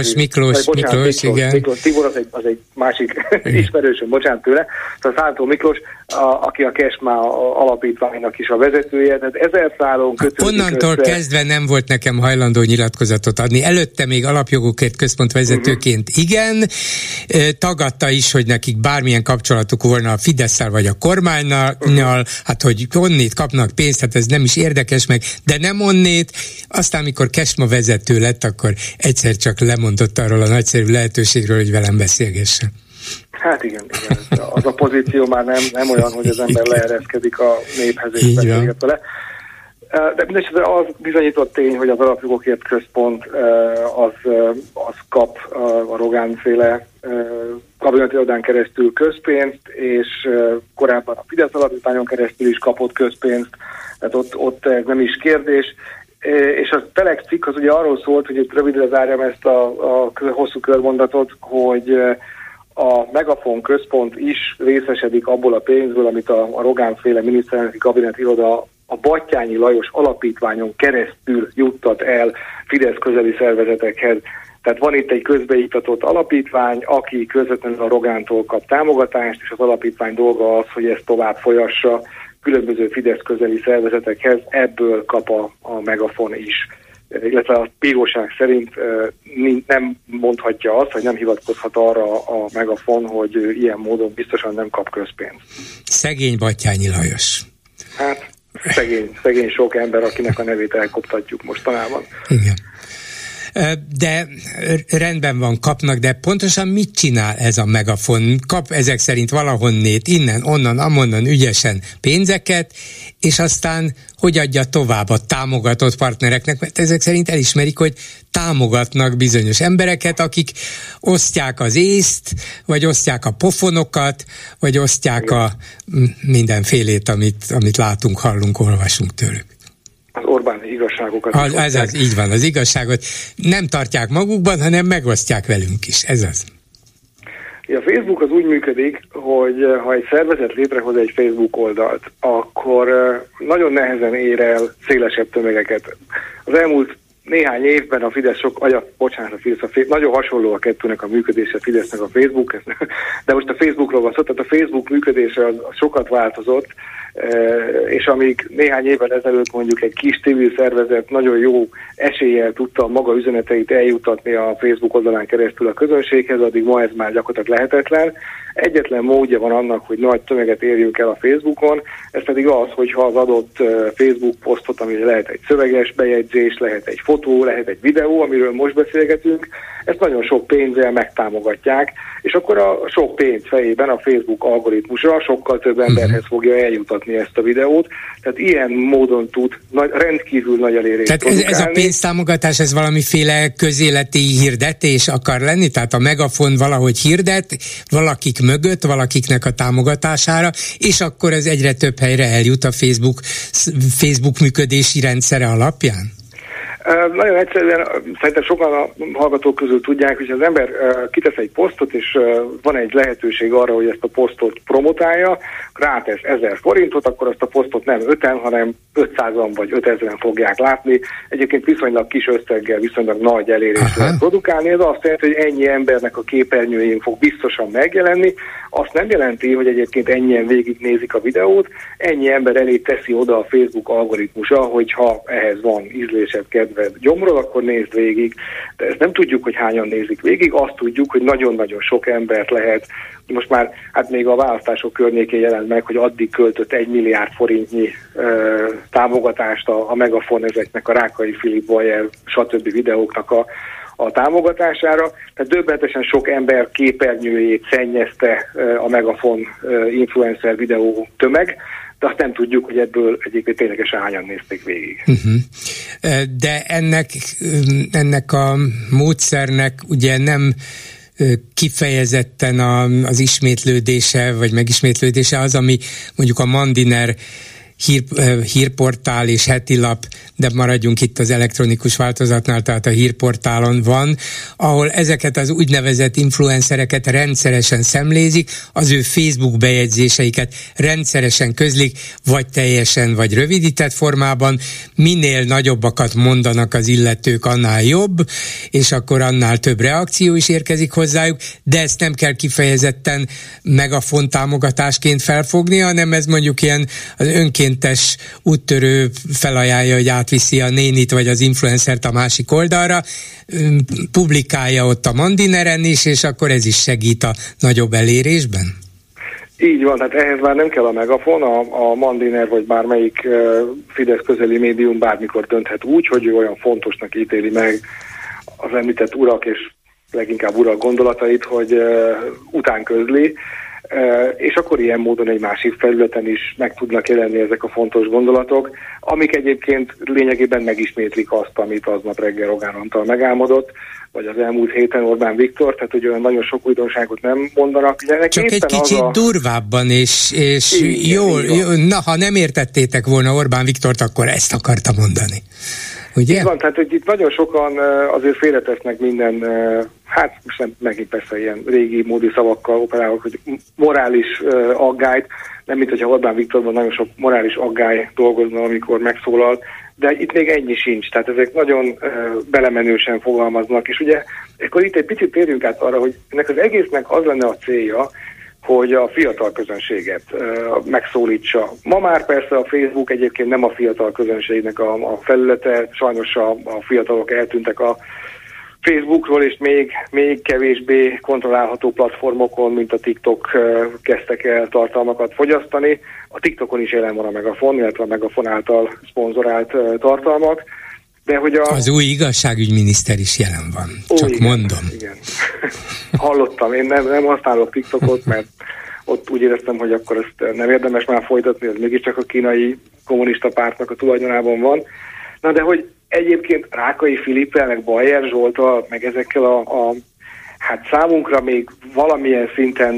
igen. Miklós Tibor az egy másik ismerősöm, bocsánat tőle. A Szántó Miklós, aki a Kesma alapítványnak is a vezetője, tehát 1000 szálon kötődik onnantól kezdve nem volt nekem hajlandó nyilatkozatot adni. Előtte még Alapjogokért Központ vezetőként igen, tagadta is, hogy nekik bármilyen kapcsolatuk volna a Fidesszel vagy a kormánnyal, hát hogy onnét kapnak pénzt, hát ez nem is érdekes meg, de nem onnét. Aztán, mikor Kesma vezető lett, akkor egyszer csak lemondott arról a nagyszerű lehetőségről, hogy velem beszélgessen. Hát igen. Az a pozíció már nem olyan, hogy az ember leereszkedik a néphez és beszélget vele. De mindesetre az bizonyított tény, hogy az Alapjogokért Központ az kap a Rogán-féle kabinetirodán keresztül közpénzt, és korábban a Fidesz alapítványon keresztül is kapott közpénzt, tehát ott ez nem is kérdés. és a Telex cikk az ugye arról szólt, hogy itt rövidre zárjam ezt a hosszú körmondatot, hogy a Megafon központ is részesedik abból a pénzből, amit a Rogán-féle miniszterelnöki kabinet iroda a Batthyány Lajos alapítványon keresztül juttat el Fidesz közeli szervezetekhez. Tehát van itt egy közbeiktatott alapítvány, aki közvetlenül a Rogántól kap támogatást, és az alapítvány dolga az, hogy ezt tovább folyassa különböző Fidesz közeli szervezetekhez, ebből kap a Megafon is. Illetve a bíróság szerint nem mondhatja azt, vagy nem hivatkozhat arra a Megafon, hogy ilyen módon biztosan nem kap közpénzt. Szegény Batthyányi Lajos. Hát szegény sok ember, akinek a nevét elkoptatjuk mostanában. Igen. De rendben van, kapnak, de pontosan mit csinál ez a Megafon? Kap ezek szerint valahonnét, innen, onnan, amonnan ügyesen pénzeket, és aztán hogy adja tovább a támogatott partnereknek, mert ezek szerint elismerik, hogy támogatnak bizonyos embereket, akik osztják az észt, vagy osztják a pofonokat, vagy osztják a mindenfélét, amit látunk, hallunk, olvasunk tőlük. Az Orbáni igazságokat. Ez így van, az igazságot nem tartják magukban, hanem megosztják velünk is, ez az. A Facebook az úgy működik, hogy ha egy szervezet létrehoz egy Facebook oldalt, akkor nagyon nehezen ér el szélesebb tömegeket. Az elmúlt néhány évben a Fidesz nagyon hasonló a kettőnek a működése, a Fidesznek a Facebook, de most a Facebookról van szó, tehát a Facebook működése az sokat változott, és amíg néhány évvel ezelőtt mondjuk egy kis civil szervezet nagyon jó eséllyel tudta maga üzeneteit eljutatni a Facebook oldalán keresztül a közönséghez, addig ma ez már gyakorlatilag lehetetlen. Egyetlen módja van annak, hogy nagy tömeget érjünk el a Facebookon, ez pedig az, hogyha az adott Facebook posztot, ami lehet egy szöveges bejegyzés, lehet egy fotó, lehet egy videó, amiről most beszélgetünk, ezt nagyon sok pénzzel megtámogatják, és akkor a sok pénz fejében a Facebook algoritmusa sokkal több emberhez fogja eljutatni ezt a videót, tehát ilyen módon tud rendkívül nagy elérést produkálni. Tehát ez a pénztámogatás, ez valamiféle közéleti hirdetés akar lenni? Tehát a Megafon valahogy hirdet, valakik mögött, valakiknek a támogatására, és akkor ez egyre több helyre eljut a Facebook működési rendszere alapján? Nagyon egyszerűen, szerintem sokan a hallgatók közül tudják, hogy az ember kitesz egy posztot, és van egy lehetőség arra, hogy ezt a posztot promotálja, rátesz 1000 forintot, akkor azt a posztot nem 5-en, hanem 500-an vagy 5000-en fogják látni. Egyébként viszonylag kis összeggel, viszonylag nagy elérést lehet produkálni. Ez azt jelenti, hogy ennyi embernek a képernyőjén fog biztosan megjelenni. Azt nem jelenti, hogy egyébként ennyien végignézik a videót, ennyi ember elé teszi oda a Facebook algoritmusa, hogyha ehhez van ízlésebb, kedved, gyomrod, akkor nézd végig. De ezt nem tudjuk, hogy hányan nézik végig, azt tudjuk, hogy nagyon-nagyon sok embert lehet. Most már hát még a választások környékén jelent meg, hogy addig költött 1 milliárd forintnyi támogatást a Megafon ezeknek a Rákai Filip Bajer stb. Videóknak a támogatására. Tehát döbbenetesen sok ember képernyőjét szennyezte a Megafon influencer videó tömeg, de azt nem tudjuk, hogy ebből egyébként ténylegesen hányan nézték végig. De ennek a módszernek ugye nem kifejezetten az ismétlődése, vagy megismétlődése az, ami mondjuk a Mandiner hírportál és hetilap, de maradjunk itt az elektronikus változatnál, tehát a hírportálon van, ahol ezeket az úgynevezett influencereket rendszeresen szemlézik, az ő Facebook bejegyzéseiket rendszeresen közlik, vagy teljesen, vagy rövidített formában, minél nagyobbakat mondanak az illetők, annál jobb, és akkor annál több reakció is érkezik hozzájuk, de ezt nem kell kifejezetten Megafon támogatásként felfogni, hanem ez mondjuk ilyen az önkéntes úttörő felajánlja, hogy átviszi a nénit vagy az influencert a másik oldalra, publikálja ott a Mandineren is, és akkor ez is segít a nagyobb elérésben? Így van, tehát ehhez már nem kell a Megafon, a Mandiner vagy bármelyik Fidesz közeli médium bármikor dönthet úgy, hogy ő olyan fontosnak ítéli meg az említett urak és leginkább urak gondolatait, hogy utánközli, és akkor ilyen módon egy másik felületen is meg tudnak jelenni ezek a fontos gondolatok, amik egyébként lényegében megismétlik azt, amit aznap reggel Rogán Antal megálmodott, vagy az elmúlt héten Orbán Viktor, tehát hogy olyan nagyon sok újdonságot nem mondanak. Csak egy kicsit durvábban, és jól, na, ha nem értettétek volna Orbán Viktort, akkor ezt akarta mondani. Ugye? Így van, tehát hogy itt nagyon sokan azért félretesznek minden, hát most megint persze ilyen régi módi szavakkal operálok, hogy morális aggályt, nem mint hogyha Orbán Viktorban nagyon sok morális aggály dolgozna, amikor megszólal, de itt még ennyi sincs, tehát ezek nagyon belemenősen fogalmaznak, és ugye akkor itt egy picit térjünk át arra, hogy ennek az egésznek az lenne a célja, hogy a fiatal közönséget megszólítsa. Ma már persze a Facebook egyébként nem a fiatal közönségnek a felülete, sajnos a fiatalok eltűntek a Facebookról, és még kevésbé kontrollálható platformokon, mint a TikTok kezdtek el tartalmakat fogyasztani. A TikTokon is jelen van a Megafon, illetve a Megafon által szponzorált tartalmak. De hogy az új igazságügyminiszter is jelen van, csak igen, mondom. Igen. Hallottam, én nem használok TikTokot, mert ott úgy éreztem, hogy akkor ezt nem érdemes már folytatni, ez mégiscsak a kínai kommunista pártnak a tulajdonában van. Na de hogy egyébként Rákai Filippel, meg Bajer Zsolttal, meg ezekkel hát számunkra még valamilyen szinten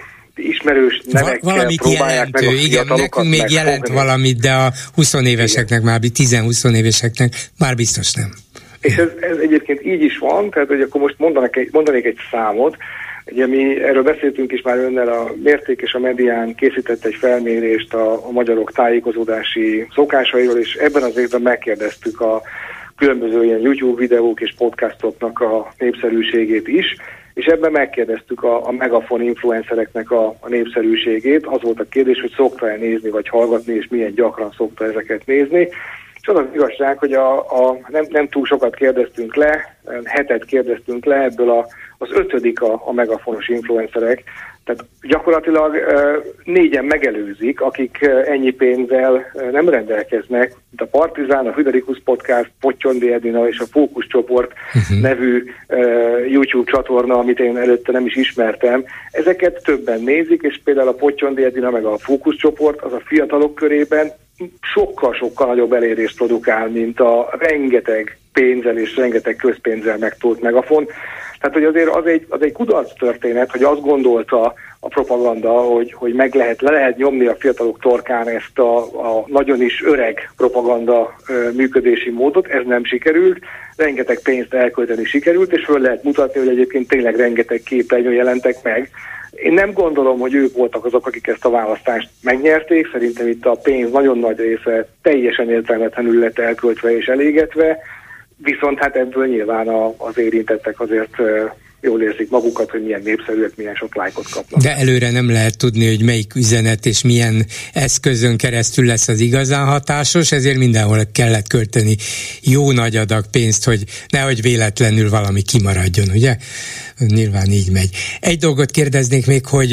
ismerős nevekkel valamit próbálják jelentő, meg a igen, nekünk még jelent valamit, de a 20 éveseknek már, 10-20 éveseknek már biztos nem. És ez egyébként így is van, tehát hogy akkor most mondanék egy számot. Ugye mi erről beszéltünk is már önnel, a Mérték és a Medián készített egy felmérést a magyarok tájékozódási szokásairól, és ebben az évben megkérdeztük a különböző ilyen YouTube videók és podcastoknak a népszerűségét is, és ebben megkérdeztük a Megafon influencereknek a népszerűségét. Az volt a kérdés, hogy szokta-e nézni vagy hallgatni, és milyen gyakran szokta ezeket nézni. És az az igazság, hogy nem túl sokat kérdeztünk le, 7 kérdeztünk le, ebből az 5. a megafonos influencerek. Tehát gyakorlatilag 4-en megelőzik, akik ennyi pénzzel nem rendelkeznek, mint a Partizán, a Friderikus Podcast, Pottyondi Edina és a Fókusz Csoport nevű YouTube csatorna, amit én előtte nem is ismertem. Ezeket többen nézik, és például a Pottyondi Edina meg a Fókusz Csoport az a fiatalok körében sokkal-sokkal nagyobb elérést produkál, mint a rengeteg pénzzel és rengeteg közpénzzel megtolt Megafon. Tehát, hogy azért az egy kudarc történet, hogy azt gondolta a propaganda, hogy le lehet nyomni a fiatalok torkán ezt a nagyon is öreg propaganda működési módot, ez nem sikerült, rengeteg pénzt elkölteni sikerült, és föl lehet mutatni, hogy egyébként tényleg rengeteg képernyőn jelentek meg. Én nem gondolom, hogy ők voltak azok, akik ezt a választást megnyerték, szerintem itt a pénz nagyon nagy része teljesen értelmetlenül lett elköltve és elégetve, viszont hát ebből nyilván az érintettek azért jól érzik magukat, hogy milyen népszerűek, milyen sok lájkot kapnak. De előre nem lehet tudni, hogy melyik üzenet és milyen eszközön keresztül lesz az igazán hatásos, ezért mindenhol kellett költeni jó nagy adag pénzt, hogy nehogy véletlenül valami kimaradjon, ugye? Nyilván így megy. Egy dolgot kérdeznék még, hogy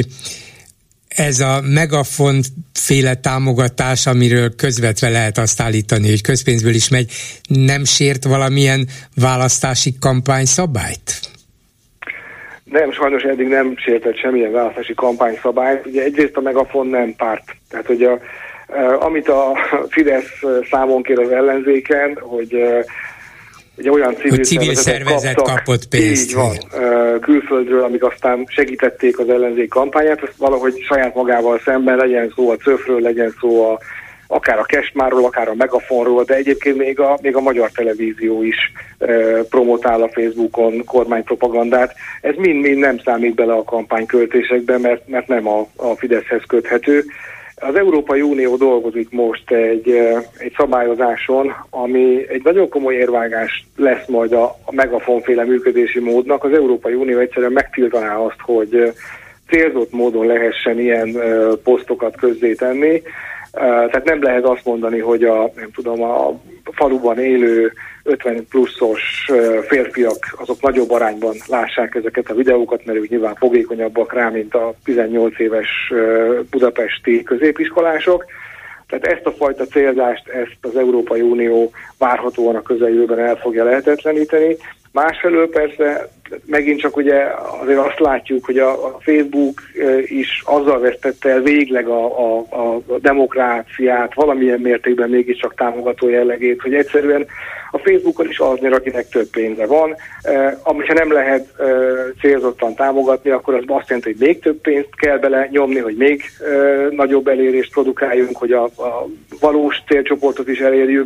ez a Megafon féle támogatás, amiről közvetve lehet azt állítani, hogy közpénzből is megy, nem sért valamilyen választási kampányszabályt? Nem, sajnos eddig nem sértett semmilyen választási kampányszabályt. Ugye egyrészt a Megafon nem párt. Tehát, hogy amit a Fidesz számon kér az ellenzéken, hogy ugye olyan civil szervezet kapott pénzt. Így van, külföldről, amik aztán segítették az ellenzék kampányát, ezt valahogy saját magával szemben, legyen szó a CÖF-ről, legyen szó akár a Kestmárról, akár a Megafonról, de egyébként még a magyar televízió is promotál a Facebookon kormánypropagandát. Ez mind-mind nem számít bele a kampányköltésekbe, mert nem a Fideszhez köthető. Az Európai Unió dolgozik most egy szabályozáson, ami egy nagyon komoly érvágás lesz majd a Megafonféle működési módnak. Az Európai Unió egyszerűen megtiltaná azt, hogy célzott módon lehessen ilyen posztokat közzétenni. Tehát nem lehet azt mondani, hogy a faluban élő 50 pluszos férfiak azok nagyobb arányban lássák ezeket a videókat, mert ők nyilván fogékonyabbak rá, mint a 18 éves budapesti középiskolások. Tehát ezt a fajta célzást, ezt az Európai Unió várhatóan a közeljövőben el fogja lehetetleníteni. Másfelől persze megint csak ugye azért azt látjuk, hogy a Facebook is azzal vesztette el végleg a demokráciát, valamilyen mértékben mégiscsak támogató jellegét, hogy egyszerűen a Facebookon is az nyer, akinek több pénze van. Amit nem lehet célzottan támogatni, akkor az azt jelenti, hogy még több pénzt kell bele nyomni, hogy még nagyobb elérést produkáljunk, hogy a valós célcsoportot is elérjük.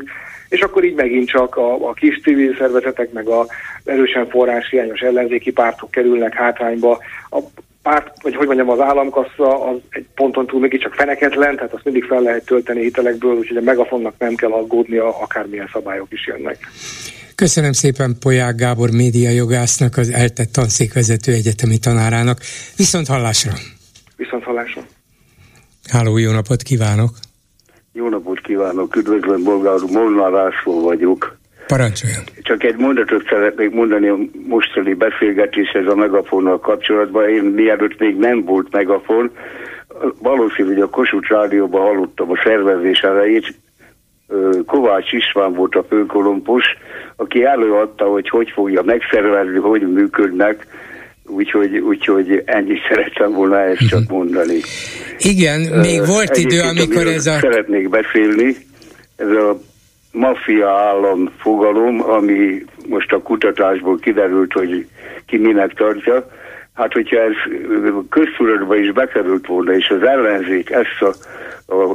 és akkor így megint csak a kis civil szervezetek, meg a erősen forráshiányos ellenzéki pártok kerülnek hátrányba. A párt, vagy hogy mondjam, az államkassa az egy ponton túl mégiscsak feneketlen, tehát azt mindig fel lehet tölteni hitelekből, úgyhogy a Megafonnak nem kell aggódnia, akármilyen szabályok is jönnek. Köszönöm szépen Polyák Gábor médiajogásznak, az ELTE tanszékvezető egyetemi tanárának. Viszont hallásra! Viszont hallásra! Háló, jó napot kívánok! Jó napot kívánok, üdvözlöm, Bolgár úr, Molnár László vagyok. Parancsoljon! Csak egy mondatot szeretnék mondani a mostani beszélgetéshez a Megafonnal kapcsolatban. Én mielőtt még nem volt Megafon, valószínű, hogy a Kossuth Rádióban hallottam a szervezés elejét. Kovács István volt a főkolompos, aki előadta, hogy fogja megszervezni, hogy működnek, úgyhogy ennyit szerettem volna ezt csak mondani. Igen, még volt idő, amikor ez a... Szeretnék beszélni, ez a maffia állam fogalom, ami most a kutatásból kiderült, hogy ki minek tartja. Hát, hogyha ez köztudatba is bekerült volna, és az ellenzék ezt a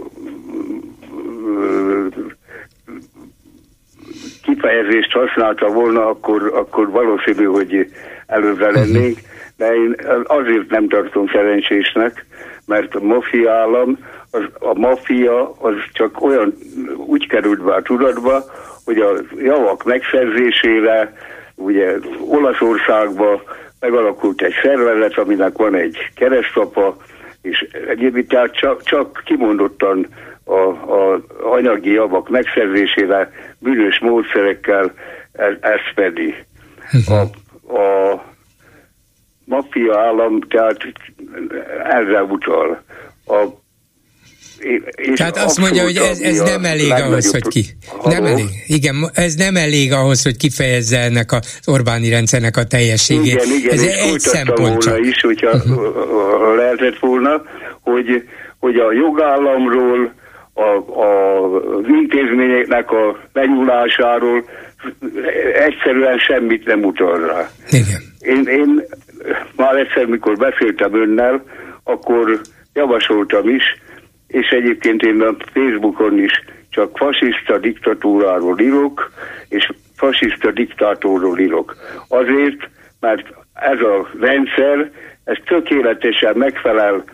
kifejezést használta volna, akkor valószínű, hogy előbbre lennénk, de én azért nem tartom szerencsésnek, mert a maffia állam, a maffia az csak olyan úgy került be a tudatba, hogy a javak megszerzésére, ugye Olaszországban megalakult egy szervezet, aminek van egy keresztapa, és egyébként tehát csak kimondottan a anyagi javak megszerzésére bűnös módszerekkel ezt fedi. A maffia állam tehát erre utal. Tehát azt mondja, hogy ez nem elég ahhoz, hogy nem elég. Igen, ez nem elég ahhoz, hogy kifejezze ennek az Orbáni rendszernek a teljességét. Igen, ez és egy szempont csak. Is, hogyha lehetett volna, hogy a jogállamról, az intézményeknek a lenyúlásáról egyszerűen semmit nem utal rá. Igen. Én már egyszer, mikor beszéltem önnel, akkor javasoltam is, és egyébként én a Facebookon is csak fasiszta diktatúráról írok, és fasiszta diktátorról írok. Azért, mert ez a rendszer, ez tökéletesen megfelel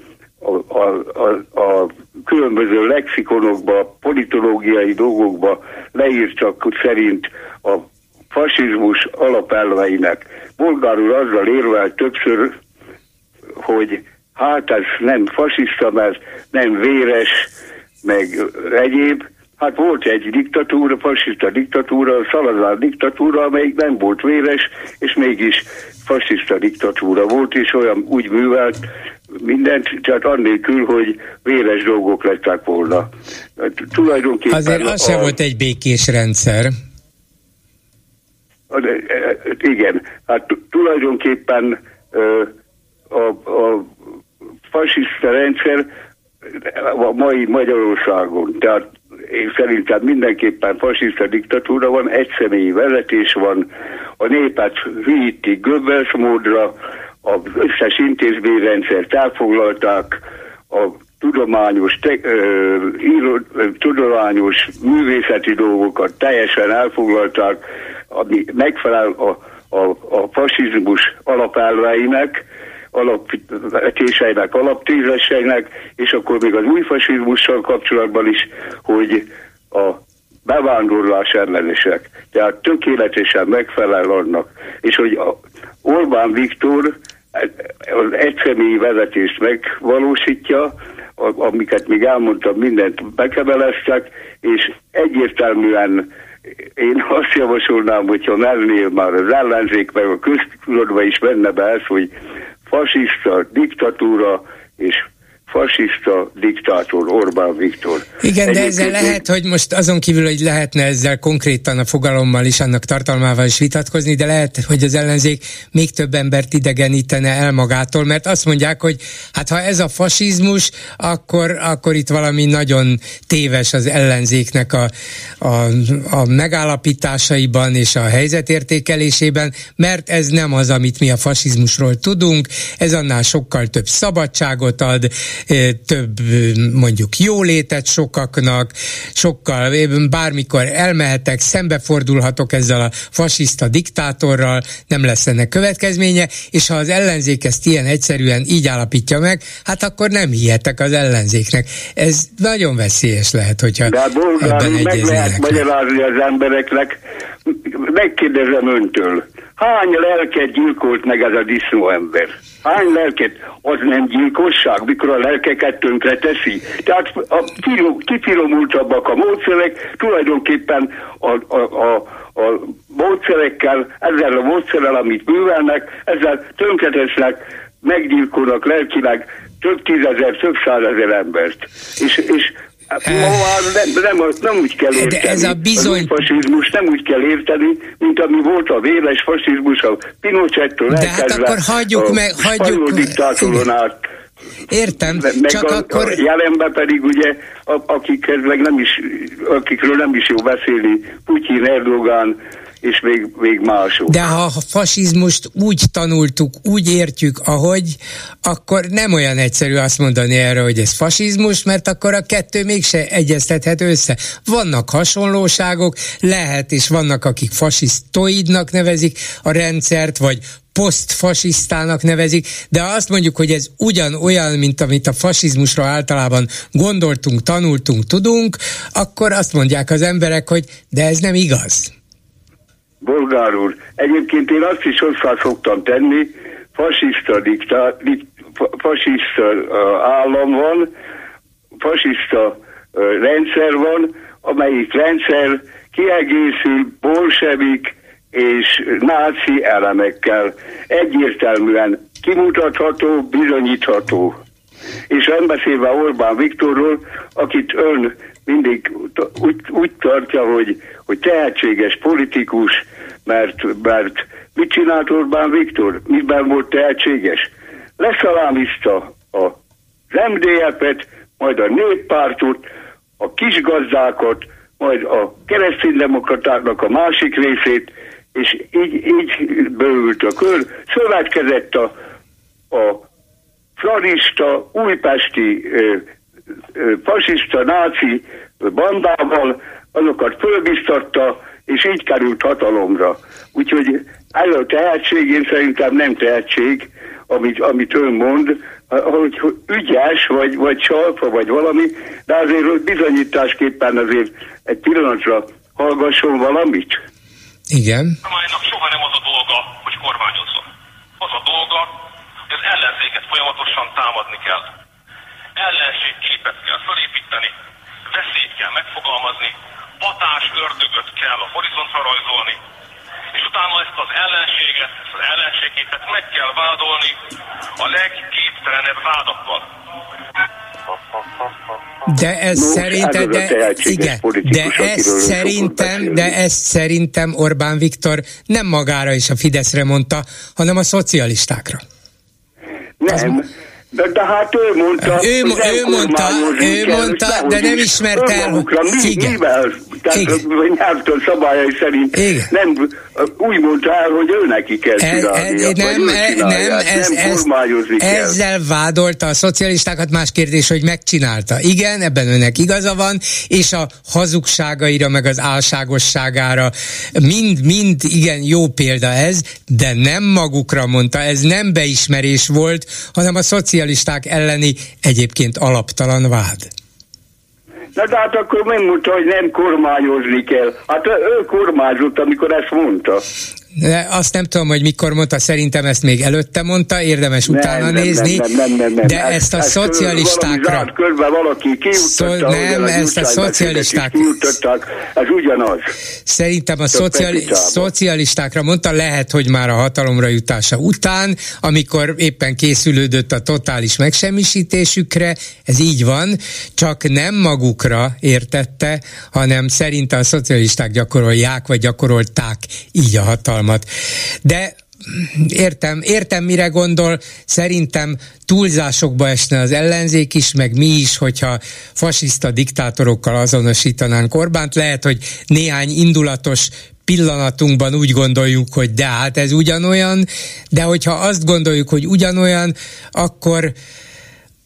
a különböző lexikonokba, politológiai dolgokba leírtak szerint a fasizmus alapelveinek. Bolgár úr azzal érvel többször, hogy hát ez nem fasiszta, mert nem véres, meg egyéb. Hát volt egy diktatúra, fasiszta diktatúra, Salazar diktatúra, amelyik nem volt véres, és mégis fasiszta diktatúra volt, és olyan úgy művelt mindent, tehát annélkül, hogy véres dolgok lettek volna. Tulajdonképpen azért az sem volt egy békés rendszer. Igen, hát tulajdonképpen a fasiszta rendszer a mai Magyarországon, tehát én szerintem mindenképpen fasiszta diktatúra van, egyszemélyi vezetés van, a népet hűítik Goebbels módra, az összes intézményrendszert elfoglalták, a tudományos művészeti dolgokat teljesen elfoglalták, ami megfelel a fasizmus alapelveinek, alapvetéseinek, alaptézeseinek, és akkor még az új fasizmussal kapcsolatban is, hogy a bevándorlás ellenesek. Tehát tökéletesen megfelel annak. És hogy Orbán Viktor az egyszemélyi vezetést megvalósítja, amiket még elmondtam, mindent bekebeleztek, és egyértelműen én azt javasolnám, hogyha mernél már az ellenzék, meg a köztudatban is benne be ez, hogy fasiszta diktatúra és fasiszta diktátor Orbán Viktor. Igen, de ezzel lehet, hogy most azon kívül, hogy lehetne ezzel konkrétan a fogalommal is, annak tartalmával is vitatkozni, de lehet, hogy az ellenzék még több embert idegenítene el magától, mert azt mondják, hogy hát ha ez a fasizmus, akkor itt valami nagyon téves az ellenzéknek a megállapításaiban és a helyzetértékelésében, mert ez nem az, amit mi a fasizmusról tudunk, ez annál sokkal több szabadságot ad, több mondjuk jólétet sokaknak, sokkal bármikor elmehetek, szembefordulhatok ezzel a fasiszta diktátorral, nem lesz ennek következménye, és ha az ellenzék ezt ilyen egyszerűen így állapítja meg, hát akkor nem hihetek az ellenzéknek. Ez nagyon veszélyes lehet, hogyha de ebben meg lehet egyeznének. magyarázni az embereknek. Megkérdezem öntől, hány lelket gyilkolt meg ez a disznóember? Hány lelket? Az nem gyilkosság, mikor a lelkeket tönkre teszi? Tehát kifinomultabbak a módszerek, tulajdonképpen a módszerekkel, ezzel a módszerrel, amit művelnek, ezzel tönkretesznek, meggyilkolnak lelkileg több tízezer, több százezer embert. És nem úgy kell érteni. De ez a bizony... A fasizmus nem úgy kell érteni, mint ami volt a véres fasizmus, a Pinochettől elkezdve, hát akkor hagyjuk meg, spanyol diktátoron át. Értem, csak akkor... Jelenben pedig ugye, akikről nem is jó beszélni, Putyin, Erdogan, és még mások. De ha a fasizmust úgy tanultuk, úgy értjük, ahogy, akkor nem olyan egyszerű azt mondani erre, hogy ez fasizmus, mert akkor a kettő mégse egyeztethető össze. Vannak hasonlóságok, lehet, és vannak, akik fasisztoidnak nevezik a rendszert, vagy posztfasisztának nevezik, de ha azt mondjuk, hogy ez ugyanolyan, mint amit a fasizmusra általában gondoltunk, tanultunk, tudunk, akkor azt mondják az emberek, hogy de ez nem igaz. Bolgár úr, egyébként én azt is hozzá szoktam tenni, fasiszta állam van, fasiszta rendszer van, amelyik rendszer kiegészül bolsevik és náci elemekkel. Egyértelműen kimutatható, bizonyítható. És nem beszélve Orbán Viktorról, akit ön mindig úgy tartja, hogy tehetséges politikus, mert mit csinált Orbán Viktor? Miben volt tehetséges? Leszalámizta az MDF-et, majd a Néppártot, a kisgazdákat, majd a kereszténydemokratáknak a másik részét, és így bővült a kör. Szövetkezett a frarista, újpesti fasiszta, náci bandával, azokat fölbiztatta, és így került hatalomra. Úgyhogy ez a tehetség, én szerintem nem tehetség, amit ön mond, hogy ügyes, vagy csalfa, vagy valami, de azért bizonyításképpen azért egy pillanatra hallgasson valamit. Igen. Kormánynak soha nem az a dolga, hogy kormányozzon. Az a dolga, hogy az ellenzéket folyamatosan támadni kell. Ellenségképet kell felépíteni, veszélyt kell megfogalmazni, patás ördögöt kell a horizontra rajzolni, és utána ezt az ellenséget, ezt az ellenségképet meg kell vádolni a legképtelenebb vádakkal. De ez szerintem Orbán Viktor nem magára és a Fideszre mondta, hanem a szocialistákra. Nem. De hát ő mondta, de nem ismerte el, hogy mivel? Tehát nyelvtől szabályai szerint nem úgy mondta el, hogy ő neki kell csinálnia. Nem kormányozni kell. Ezzel vádolta a szocialistákat, más kérdés, hogy megcsinálta. Igen, ebben önnek igaza van, és a hazugságaira, meg az álságosságára mind igen jó példa ez, de nem magukra mondta, ez nem beismerés volt, hanem a szocialisták elleni egyébként alaptalan vád. Na de hát akkor nem mondta, hogy nem kormányozni kell. Hát ő kormányzott, amikor ezt mondta. De azt nem tudom, hogy mikor mondta, szerintem ezt még előtte mondta, érdemes utána nézni. Nem. De ezt a szocialistákra... Körben valaki kiuttatta, ezt a szocialisták... Ez ugyanaz. Szerintem a szocialistákra mondta, lehet, hogy már a hatalomra jutása után, amikor éppen készülődött a totális megsemmisítésükre, ez így van, csak nem magukra értette, hanem szerinte a szocialisták gyakorolják, vagy gyakorolták így a hatalmat. De értem, mire gondol, szerintem túlzásokba esne az ellenzék is, meg mi is, hogyha fasiszta diktátorokkal azonosítanánk Orbánt. Lehet, hogy néhány indulatos pillanatunkban úgy gondoljuk, hogy de hát ez ugyanolyan, de hogyha azt gondoljuk, hogy ugyanolyan,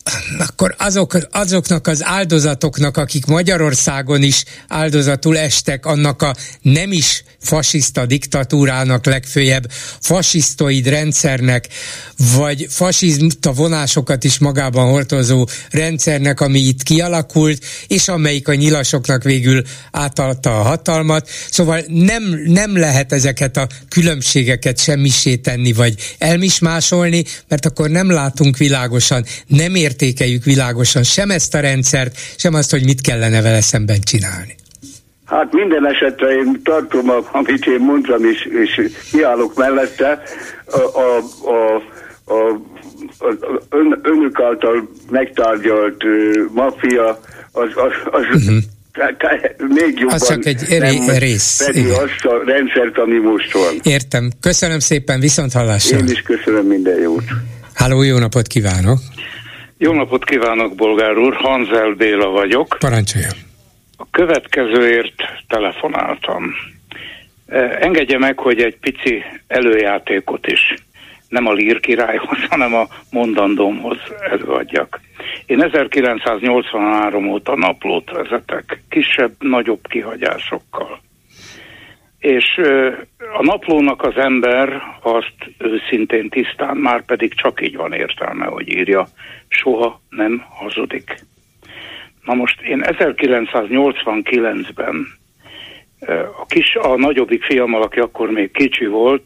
akkor azoknak az áldozatoknak, akik Magyarországon is áldozatul estek, annak a nem is fasiszta diktatúrának, legfőjebb fasisztoid rendszernek, vagy fasizmta vonásokat is magában hordozó rendszernek, ami itt kialakult, és amelyik a nyilasoknak végül átadta a hatalmat. Szóval nem lehet ezeket a különbségeket semmissé tenni, vagy elmismásolni, mert akkor nem látunk világosan, nem értékeljük világosan sem ezt a rendszert, sem azt, hogy mit kellene vele szemben csinálni. Hát minden esetre én tartom, amit én mondtam, és kiállok mellette, önök által megtárgyalt maffia, az még jobban az csak egy rész. Pedig azt a rendszert, ami most van. Értem. Köszönöm szépen, viszonthallásra. Én is köszönöm, minden jót. Halló, jó napot kívánok! Jó napot kívánok, Bolgár úr, Hanzel Béla vagyok. Parancsoljon! A következőért telefonáltam. Engedje meg, hogy egy pici előjátékot is, nem a Lír királyhoz, hanem a mondandómhoz előadjak. Én 1983 óta naplót vezetek, kisebb-nagyobb kihagyásokkal. És a naplónak az ember azt őszintén tisztán, már pedig csak így van értelme, hogy írja, soha nem hazudik. Na most én 1989-ben a nagyobbik fiammal, aki akkor még kicsi volt,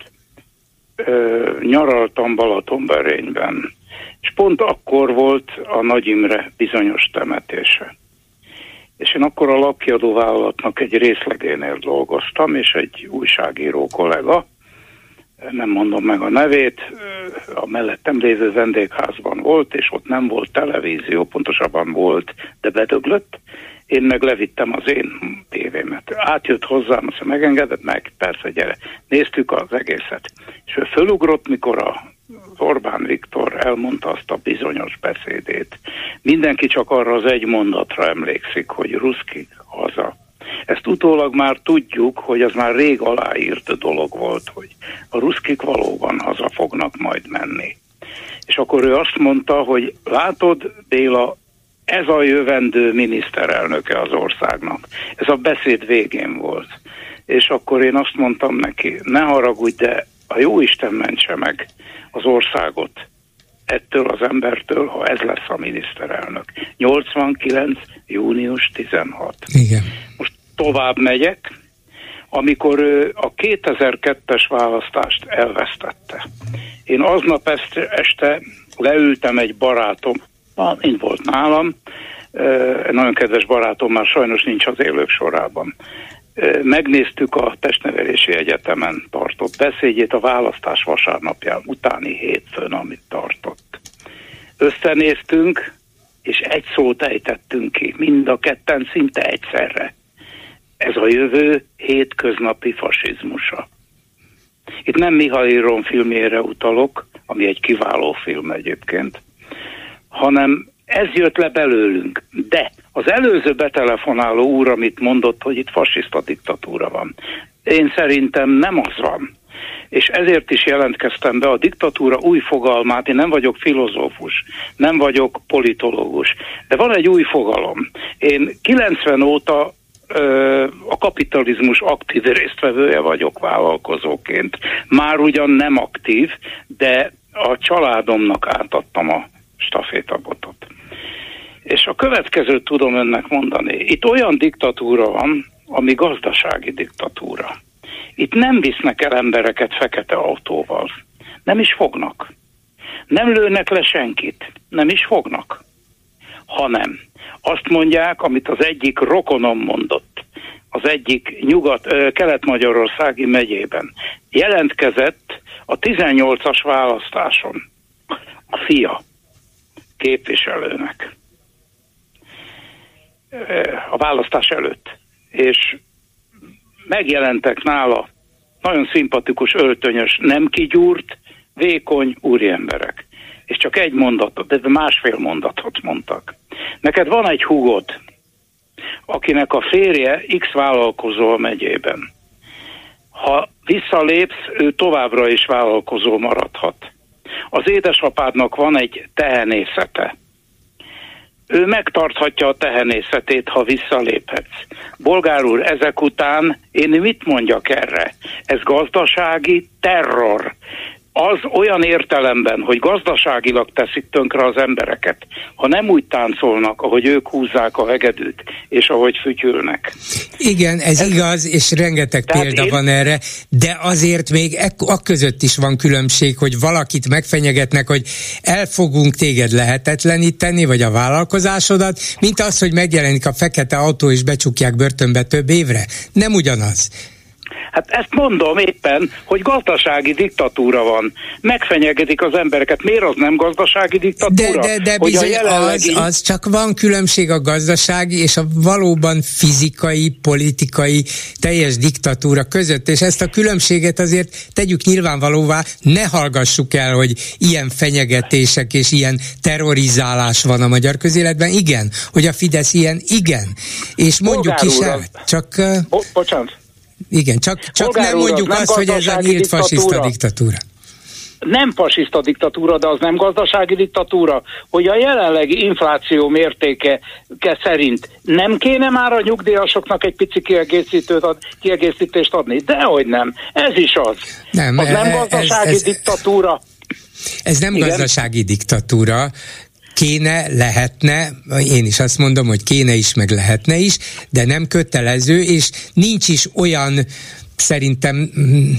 nyaraltam Balatonberényben. És pont akkor volt a Nagy Imre bizonyos temetése. És én akkor a lapkiadóvállalatnak egy részlegénél dolgoztam, és egy újságíró kollega, nem mondom meg a nevét, a mellettem lévő vendégházban volt, és ott nem volt televízió, pontosabban volt, de bedöglött. Én meg levittem az én tévémet. Átjött hozzám, azt megengedett meg, persze, gyere. Néztük az egészet. És ő fölugrott, mikor az Orbán Viktor elmondta azt a bizonyos beszédét. Mindenki csak arra az egy mondatra emlékszik, hogy ruszki haza. Ezt utólag már tudjuk, hogy az már rég aláírt dolog volt, hogy a ruszkik valóban haza fognak majd menni. És akkor ő azt mondta, hogy látod, Béla, ez a jövendő miniszterelnöke az országnak. Ez a beszéd végén volt. És akkor én azt mondtam neki, ne haragudj, de a jóisten mentse meg az országot ettől az embertől, ha ez lesz a miniszterelnök. 89. június 16. Igen. Most tovább megyek, amikor ő a 2002-es választást elvesztette. Én aznap este leültem egy barátom, így volt nálam, nagyon kedves barátom, már sajnos nincs az élők sorában. Megnéztük a Testnevelési Egyetemen tartott beszédjét a választás vasárnapján, utáni hétfőn, amit tartott. Összenéztünk, és egy szót ejtettünk ki, mind a ketten szinte egyszerre. Ez a jövő hétköznapi fasizmusa. Itt nem Mihály Ron filmjére utalok, ami egy kiváló film egyébként, hanem ez jött le belőlünk. De az előző betelefonáló úr, amit mondott, hogy itt fasiszta diktatúra van, én szerintem nem az van. És ezért is jelentkeztem be a diktatúra új fogalmát. Én nem vagyok filozófus, nem vagyok politológus, de van egy új fogalom. Én 90 óta a kapitalizmus aktív résztvevője vagyok vállalkozóként. Már ugyan nem aktív, de a családomnak átadtam a stafétabotot. És a következőt tudom önnek mondani. Itt olyan diktatúra van, ami gazdasági diktatúra. Itt nem visznek el embereket fekete autóval. Nem is fognak. Nem lőnek le senkit. Nem is fognak. Hanem azt mondják, amit az egyik rokonom mondott, az egyik kelet-magyarországi megyében. Jelentkezett a 18-as választáson a fia képviselőnek a választás előtt. És megjelentek nála nagyon szimpatikus, öltönyös, nem kigyúrt, vékony úriemberek. És csak egy mondatot, de másfél mondatot mondtak. Neked van egy húgod, akinek a férje X vállalkozó a megyében. Ha visszalépsz, ő továbbra is vállalkozó maradhat. Az édesapádnak van egy tehenészete. ő megtarthatja a tehenészetét, ha visszaléphetsz. Bolgár úr, ezek után én mit mondjak erre? Ez gazdasági terror. Az olyan értelemben, hogy gazdaságilag teszik tönkre az embereket, ha nem úgy táncolnak, ahogy ők húzzák a hegedűt, és ahogy fütyülnek. Igen, ez igaz, és rengeteg példa van erre, de azért még között is van különbség, hogy valakit megfenyegetnek, hogy el fogunk téged lehetetleníteni, vagy a vállalkozásodat, mint az, hogy megjelenik a fekete autó, és becsukják börtönbe több évre. Nem ugyanaz. Hát ezt mondom éppen, hogy gazdasági diktatúra van. Megfenyegetik az embereket. Miért az nem gazdasági diktatúra? De bizony az csak van különbség a gazdasági és a valóban fizikai, politikai, teljes diktatúra között, és ezt a különbséget azért tegyük nyilvánvalóvá, ne hallgassuk el, hogy ilyen fenyegetések és ilyen terrorizálás van a magyar közéletben. Igen, hogy a Fidesz ilyen, igen. És mondjuk is el, csak... Bocsánat. Igen, csak nem mondjuk azt, hogy ez a nyílt fasiszta diktatúra. Nem fasiszta diktatúra, de az nem gazdasági diktatúra, hogy a jelenlegi infláció mértéke szerint nem kéne már a nyugdíjasoknak egy pici kiegészítést adni? Dehogy nem. Ez is az. Nem, az nem gazdasági diktatúra. Ez nem gazdasági diktatúra. Kéne, lehetne, én is azt mondom, hogy kéne is, meg lehetne is, de nem kötelező, és nincs is olyan, szerintem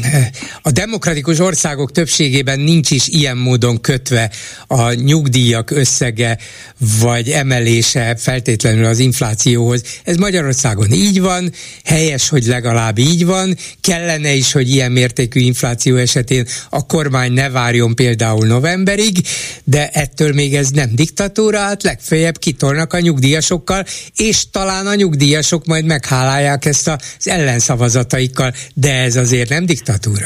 a demokratikus országok többségében nincs is ilyen módon kötve a nyugdíjak összege vagy emelése feltétlenül az inflációhoz. Ez Magyarországon így van, helyes, hogy legalább így van, kellene is, hogy ilyen mértékű infláció esetén a kormány ne várjon például novemberig, de ettől még ez nem diktatúra, hát legfeljebb kitolnak a nyugdíjasokkal, és talán a nyugdíjasok majd meghálálják ezt az ellenszavazataikkal, de ez azért nem diktatúra.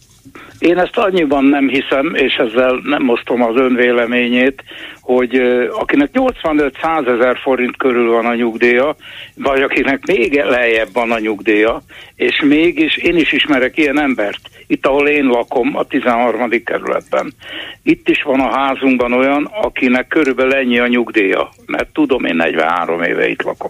Én ezt annyiban nem hiszem, és ezzel nem osztom az ön véleményét, hogy akinek 85-100 ezer forint körül van a nyugdíja, vagy akinek még lejjebb van a nyugdíja, és mégis én is ismerek ilyen embert. Itt, ahol én lakom, a 13. kerületben. Itt is van a házunkban olyan, akinek körülbelül ennyi a nyugdíja, mert tudom, én 43 éve itt lakom.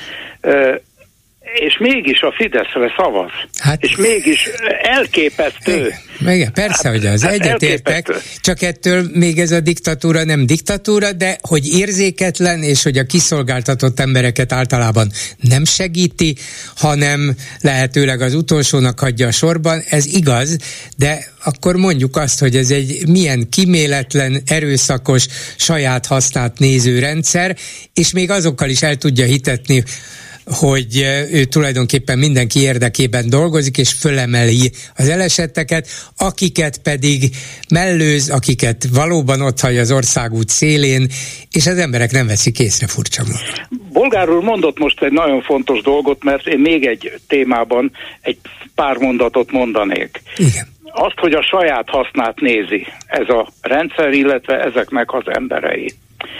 És mégis a Fideszre szavaz. Hát, és mégis elképesztő. Igen, persze, hogy az egyetértek, csak ettől még ez a diktatúra nem diktatúra, de hogy érzéketlen, és hogy a kiszolgáltatott embereket általában nem segíti, hanem lehetőleg az utolsónak hagyja a sorban, ez igaz, de akkor mondjuk azt, hogy ez egy milyen kíméletlen, erőszakos, saját hasznát néző rendszer, és még azokkal is el tudja hitetni, hogy ő tulajdonképpen mindenki érdekében dolgozik, és fölemeli az elesetteket, akiket pedig mellőz, akiket valóban ott hagy az országút szélén, és az emberek nem veszik észre, furcsa módon. Bolgár úr mondott most egy nagyon fontos dolgot, mert én még egy témában egy pár mondatot mondanék. Igen. Azt, hogy a saját hasznát nézi ez a rendszer, illetve ezeknek az emberei.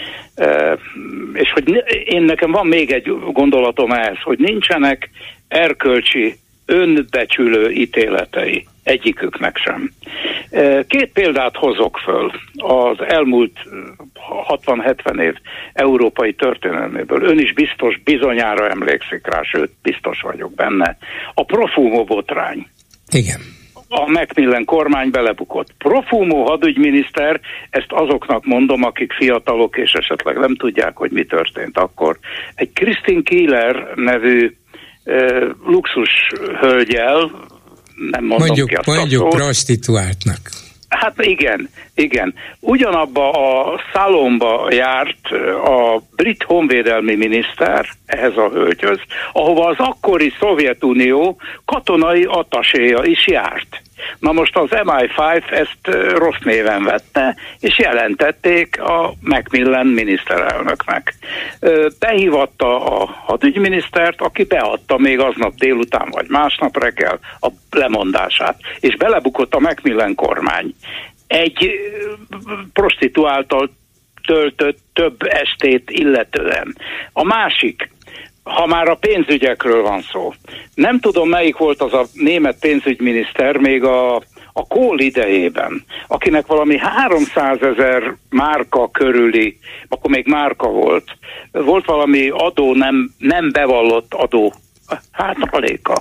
És hogy nekem van még egy gondolatom ehhez, hogy nincsenek erkölcsi, önbecsülő ítéletei egyiküknek sem. Két példát hozok föl az elmúlt 60-70 év európai történelméből. Ön is bizonyára emlékszik rá, sőt, biztos vagyok benne. A Profumo botrány. Igen. A Macmillan kormány belebukott. Profumo hadügyminiszter, ezt azoknak mondom, akik fiatalok, és esetleg nem tudják, hogy mi történt akkor. Egy Christine Keeler nevű luxus hölgyel, nem mondom ki azt mondjuk a prostituáltnak. Hát igen. Ugyanabba a szalomba járt a brit honvédelmi miniszter ehhez a hölgyhöz, ahova az akkori Szovjetunió katonai ataséja is járt. Na most az MI5 ezt rossz néven vette, és jelentették a Macmillan miniszterelnöknek. Behívatta a hadügyminisztert, aki beadta még aznap délután vagy másnap reggel a lemondását, és belebukott a Macmillan kormány. Egy prostituáltal töltött több estét illetően. A másik, ha már a pénzügyekről van szó. Nem tudom, melyik volt az a német pénzügyminiszter még a a Kohl idejében, akinek valami 300 000 márka körüli, akkor még márka volt valami adó, nem bevallott adó hátraléka.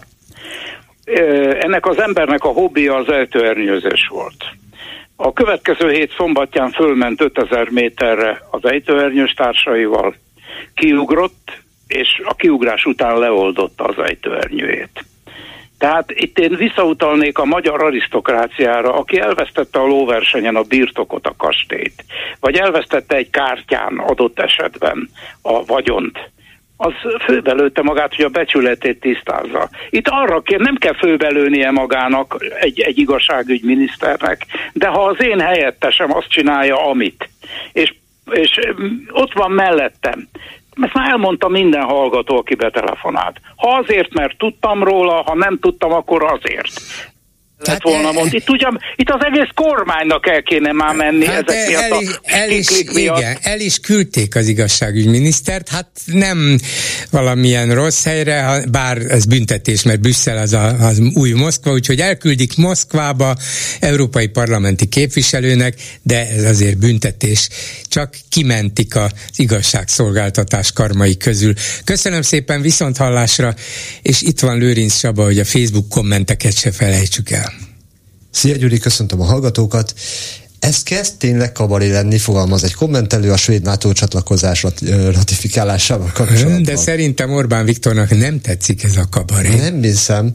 Ennek az embernek a hobbija az ejtőernyőzés volt. A következő hét szombatján fölment 5000 méterre az ejtőernyős társaival, kiugrott, és a kiugrás után leoldotta az ejtőernyőjét. Tehát itt én visszautalnék a magyar arisztokráciára, aki elvesztette a lóversenyen a birtokot, a kastélyt, vagy elvesztette egy kártyán adott esetben a vagyont, az főbelőtte magát, hogy a becsületét tisztázza. Itt arra nem kell főbelőnie magának egy igazságügyminiszternek, de ha az én helyettesem azt csinálja, amit, és ott van mellettem, ezt már elmondta minden hallgató, aki betelefonált. Ha azért, mert tudtam róla, ha nem tudtam, akkor azért. Lett volna mond. Itt az egész kormánynak el kéne már menni ezek miatt Igen, el is küldték az igazságügyminisztert, hát nem valamilyen rossz helyre, bár ez büntetés, mert Brüsszel az új Moszkva, úgyhogy elküldik Moszkvába európai parlamenti képviselőnek, de ez azért büntetés. Csak kimentik az igazságszolgáltatás karmai közül. Köszönöm szépen, viszonthallásra, és itt van Lőrinc Csaba, hogy a Facebook kommenteket se felejtsük el. Szia Gyuri, köszöntöm a hallgatókat. Ez kezd tényleg kabaré lenni, fogalmaz egy kommentelő a svéd NATO csatlakozás ratifikálásával kapcsolatban. De szerintem Orbán Viktornak nem tetszik ez a kabaré. Nem hiszem.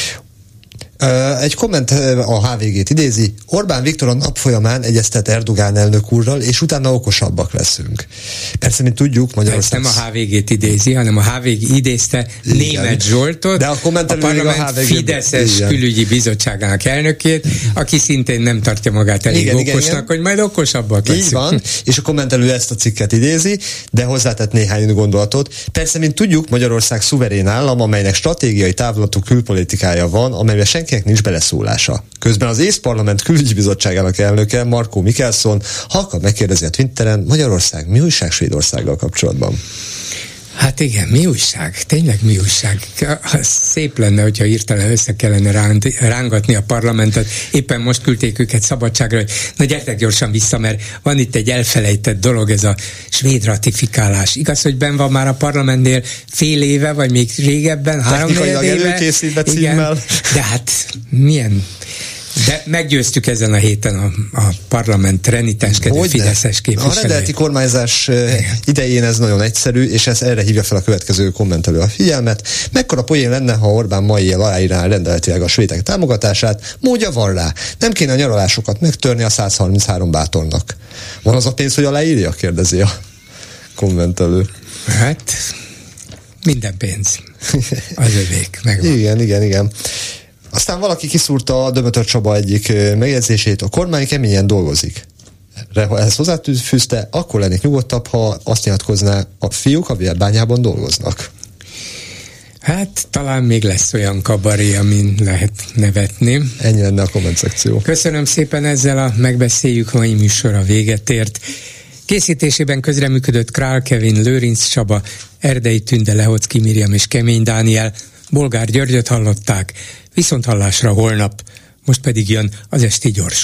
Egy komment a HVG-t idézi: Orbán Viktor a nap folyamán egyeztet Erdogán elnök úrral, és utána okosabbak leszünk. Persze, mint tudjuk, Magyarország... Nem a HVG-t idézi, hanem a HVG idézte Németh Zsoltot, de a parlament Fideszes külügyi bizottságának elnökét, aki szintén nem tartja magát elég okosnak, hogy majd okosabbak leszünk. Így van, és a kommentelő ezt a cikket idézi, de hozzátett néhány gondolatot. Persze, mint tudjuk, Magyarország szuverén állam, amelynek stratégiai távlatú külpolitikája van, amelyben senkinek nincs beleszólása. Közben az ÉSZ-parlament külügyi bizottságának elnöke, Markó Mikkelson, halkan megkérdezi a Twitteren: Magyarország, mi újság Svédországgal kapcsolatban? Hát igen, mi újság? Tényleg mi újság? Szép lenne, hogyha hirtelen össze kellene rángatni a parlamentet. Éppen most küldték őket szabadságra, hogy na gyertek gyorsan vissza, mert van itt egy elfelejtett dolog, ez a svéd ratifikálás. Igaz, hogy benn van már a parlamentnél fél éve, vagy még régebben, 3-4 éve. Előkészítve címmel. De hát milyen... De meggyőztük ezen a héten a parlament renitenskedő fideszes képviselőt. A rendeleti kormányzás idején ez nagyon egyszerű, és ez erre hívja fel a következő kommentelő a figyelmet. Mekkora poén lenne, ha Orbán ma éjjel aláírná rendeletileg a svédek támogatását? Módja van rá. Nem kéne a nyaralásokat megtörni a 133 bátornak. Van az a pénz, hogy aláírja? Kérdezi a kommentelő. Hát minden pénz az övék. Megvan. Igen. Aztán valaki kiszúrta a Dömötör Csaba egyik megjegyzését: a kormány keményen dolgozik. Ehhez hozzáfűzte: akkor lennék nyugodtabb, ha azt nyilatkozná, a fiúk a Vélbányában dolgoznak. Hát talán még lesz olyan kabaré, amin lehet nevetni. Ennyi lenne a komment szekció. Köszönöm szépen, ezzel a Megbeszéljük mai műsora véget ért. Készítésében közreműködött Král Kevin, Lőrinc Csaba, Erdei Tünde, Lehocki Miriam és Kemény Dániel. Bolgár Györgyöt hallották. Viszonthallásra holnap. Most pedig jön az Esti Gyors.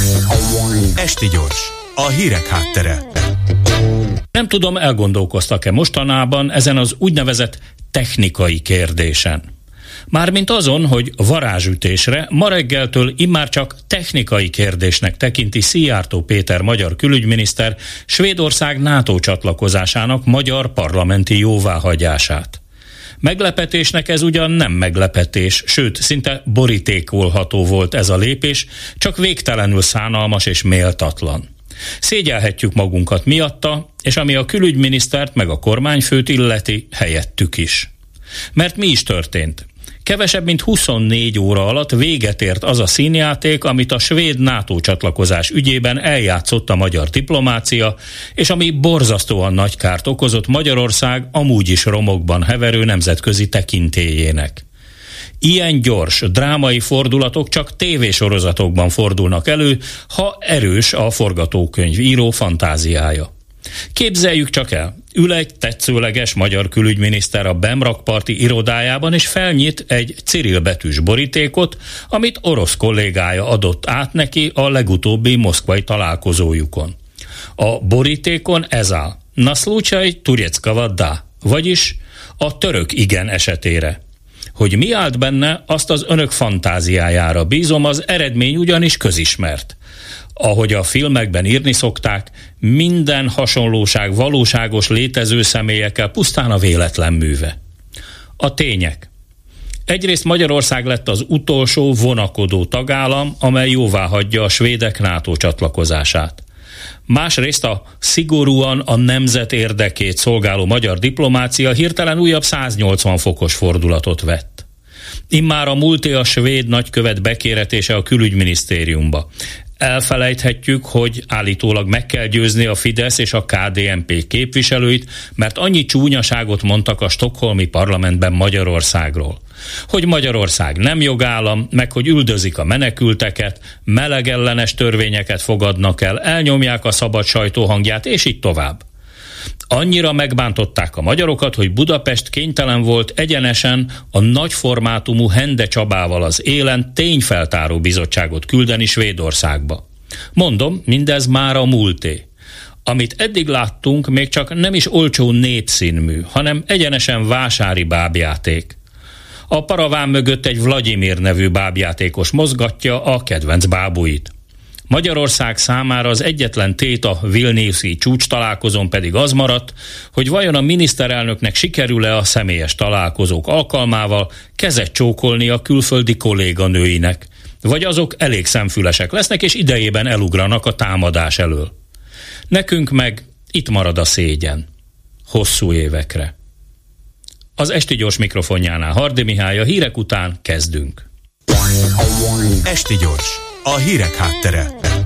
Esti Gyors, a hírek háttere. Nem tudom, elgondolkoztak-e mostanában ezen az úgynevezett technikai kérdésen. Mármint azon, hogy varázsütésre ma reggeltől immár csak technikai kérdésnek tekinti Szijjártó Péter magyar külügyminiszter Svédország NATO csatlakozásának magyar parlamenti jóváhagyását. Meglepetésnek ez ugyan nem meglepetés, sőt, szinte borítékolható volt ez a lépés, csak végtelenül szánalmas és méltatlan. Szégyelhetjük magunkat miatta, és ami a külügyminisztert meg a kormányfőt illeti, helyettük is. Mert mi is történt? Kevesebb mint 24 óra alatt véget ért az a színjáték, amit a svéd NATO csatlakozás ügyében eljátszott a magyar diplomácia, és ami borzasztóan nagy kárt okozott Magyarország amúgy is romokban heverő nemzetközi tekintélyének. Ilyen gyors, drámai fordulatok csak tévésorozatokban fordulnak elő, ha erős a forgatókönyv író fantáziája. Képzeljük csak el, Ül egy tetszőleges magyar külügyminiszter a bemrakparti irodájában, és felnyit egy cirilbetűs borítékot, amit orosz kollégája adott át neki a legutóbbi moszkvai találkozójukon. A borítékon ez áll: Na случай турецкого да, vagyis a török igen esetére. Hogy mi állt benne, azt az önök fantáziájára bízom, az eredmény ugyanis közismert. Ahogy a filmekben írni szokták, minden hasonlóság valóságos létező személyekkel pusztán a véletlen műve. A tények. Egyrészt Magyarország lett az utolsó vonakodó tagállam, amely jóváhagyja a svédek NATO csatlakozását. Másrészt a szigorúan a nemzet érdekét szolgáló magyar diplomácia hirtelen újabb 180 fokos fordulatot vett. Immár a múlté a svéd nagykövet bekéretése a külügyminisztériumba. Elfelejthetjük, hogy állítólag meg kell győzni a Fidesz és a KDNP képviselőit, mert annyi csúnyaságot mondtak a stockholmi parlamentben Magyarországról. Hogy Magyarország nem jogállam, meg hogy üldözik a menekülteket, melegellenes törvényeket fogadnak el, elnyomják a szabad sajtó hangját, és így tovább. Annyira megbántották a magyarokat, hogy Budapest kénytelen volt egyenesen a nagyformátumú Hende Csabával az élen tényfeltáró bizottságot küldeni Svédországba. Mondom, mindez már a múlté. Amit eddig láttunk, még csak nem is olcsó népszínmű, hanem egyenesen vásári bábjáték. A paraván mögött egy Vladimir nevű bábjátékos mozgatja a kedvenc bábuit. Magyarország számára az egyetlen tét a vilniuszi csúcs találkozón pedig az maradt, hogy vajon a miniszterelnöknek sikerül-e a személyes találkozók alkalmával kezet csókolni a külföldi kolléganőinek, vagy azok elég szemfülesek lesznek és idejében elugranak a támadás elől. Nekünk meg itt marad a szégyen. Hosszú évekre. Az Esti Gyors mikrofonjánál Hardy Mihály, a hírek után kezdünk. Esti Gyors, a hírek háttere.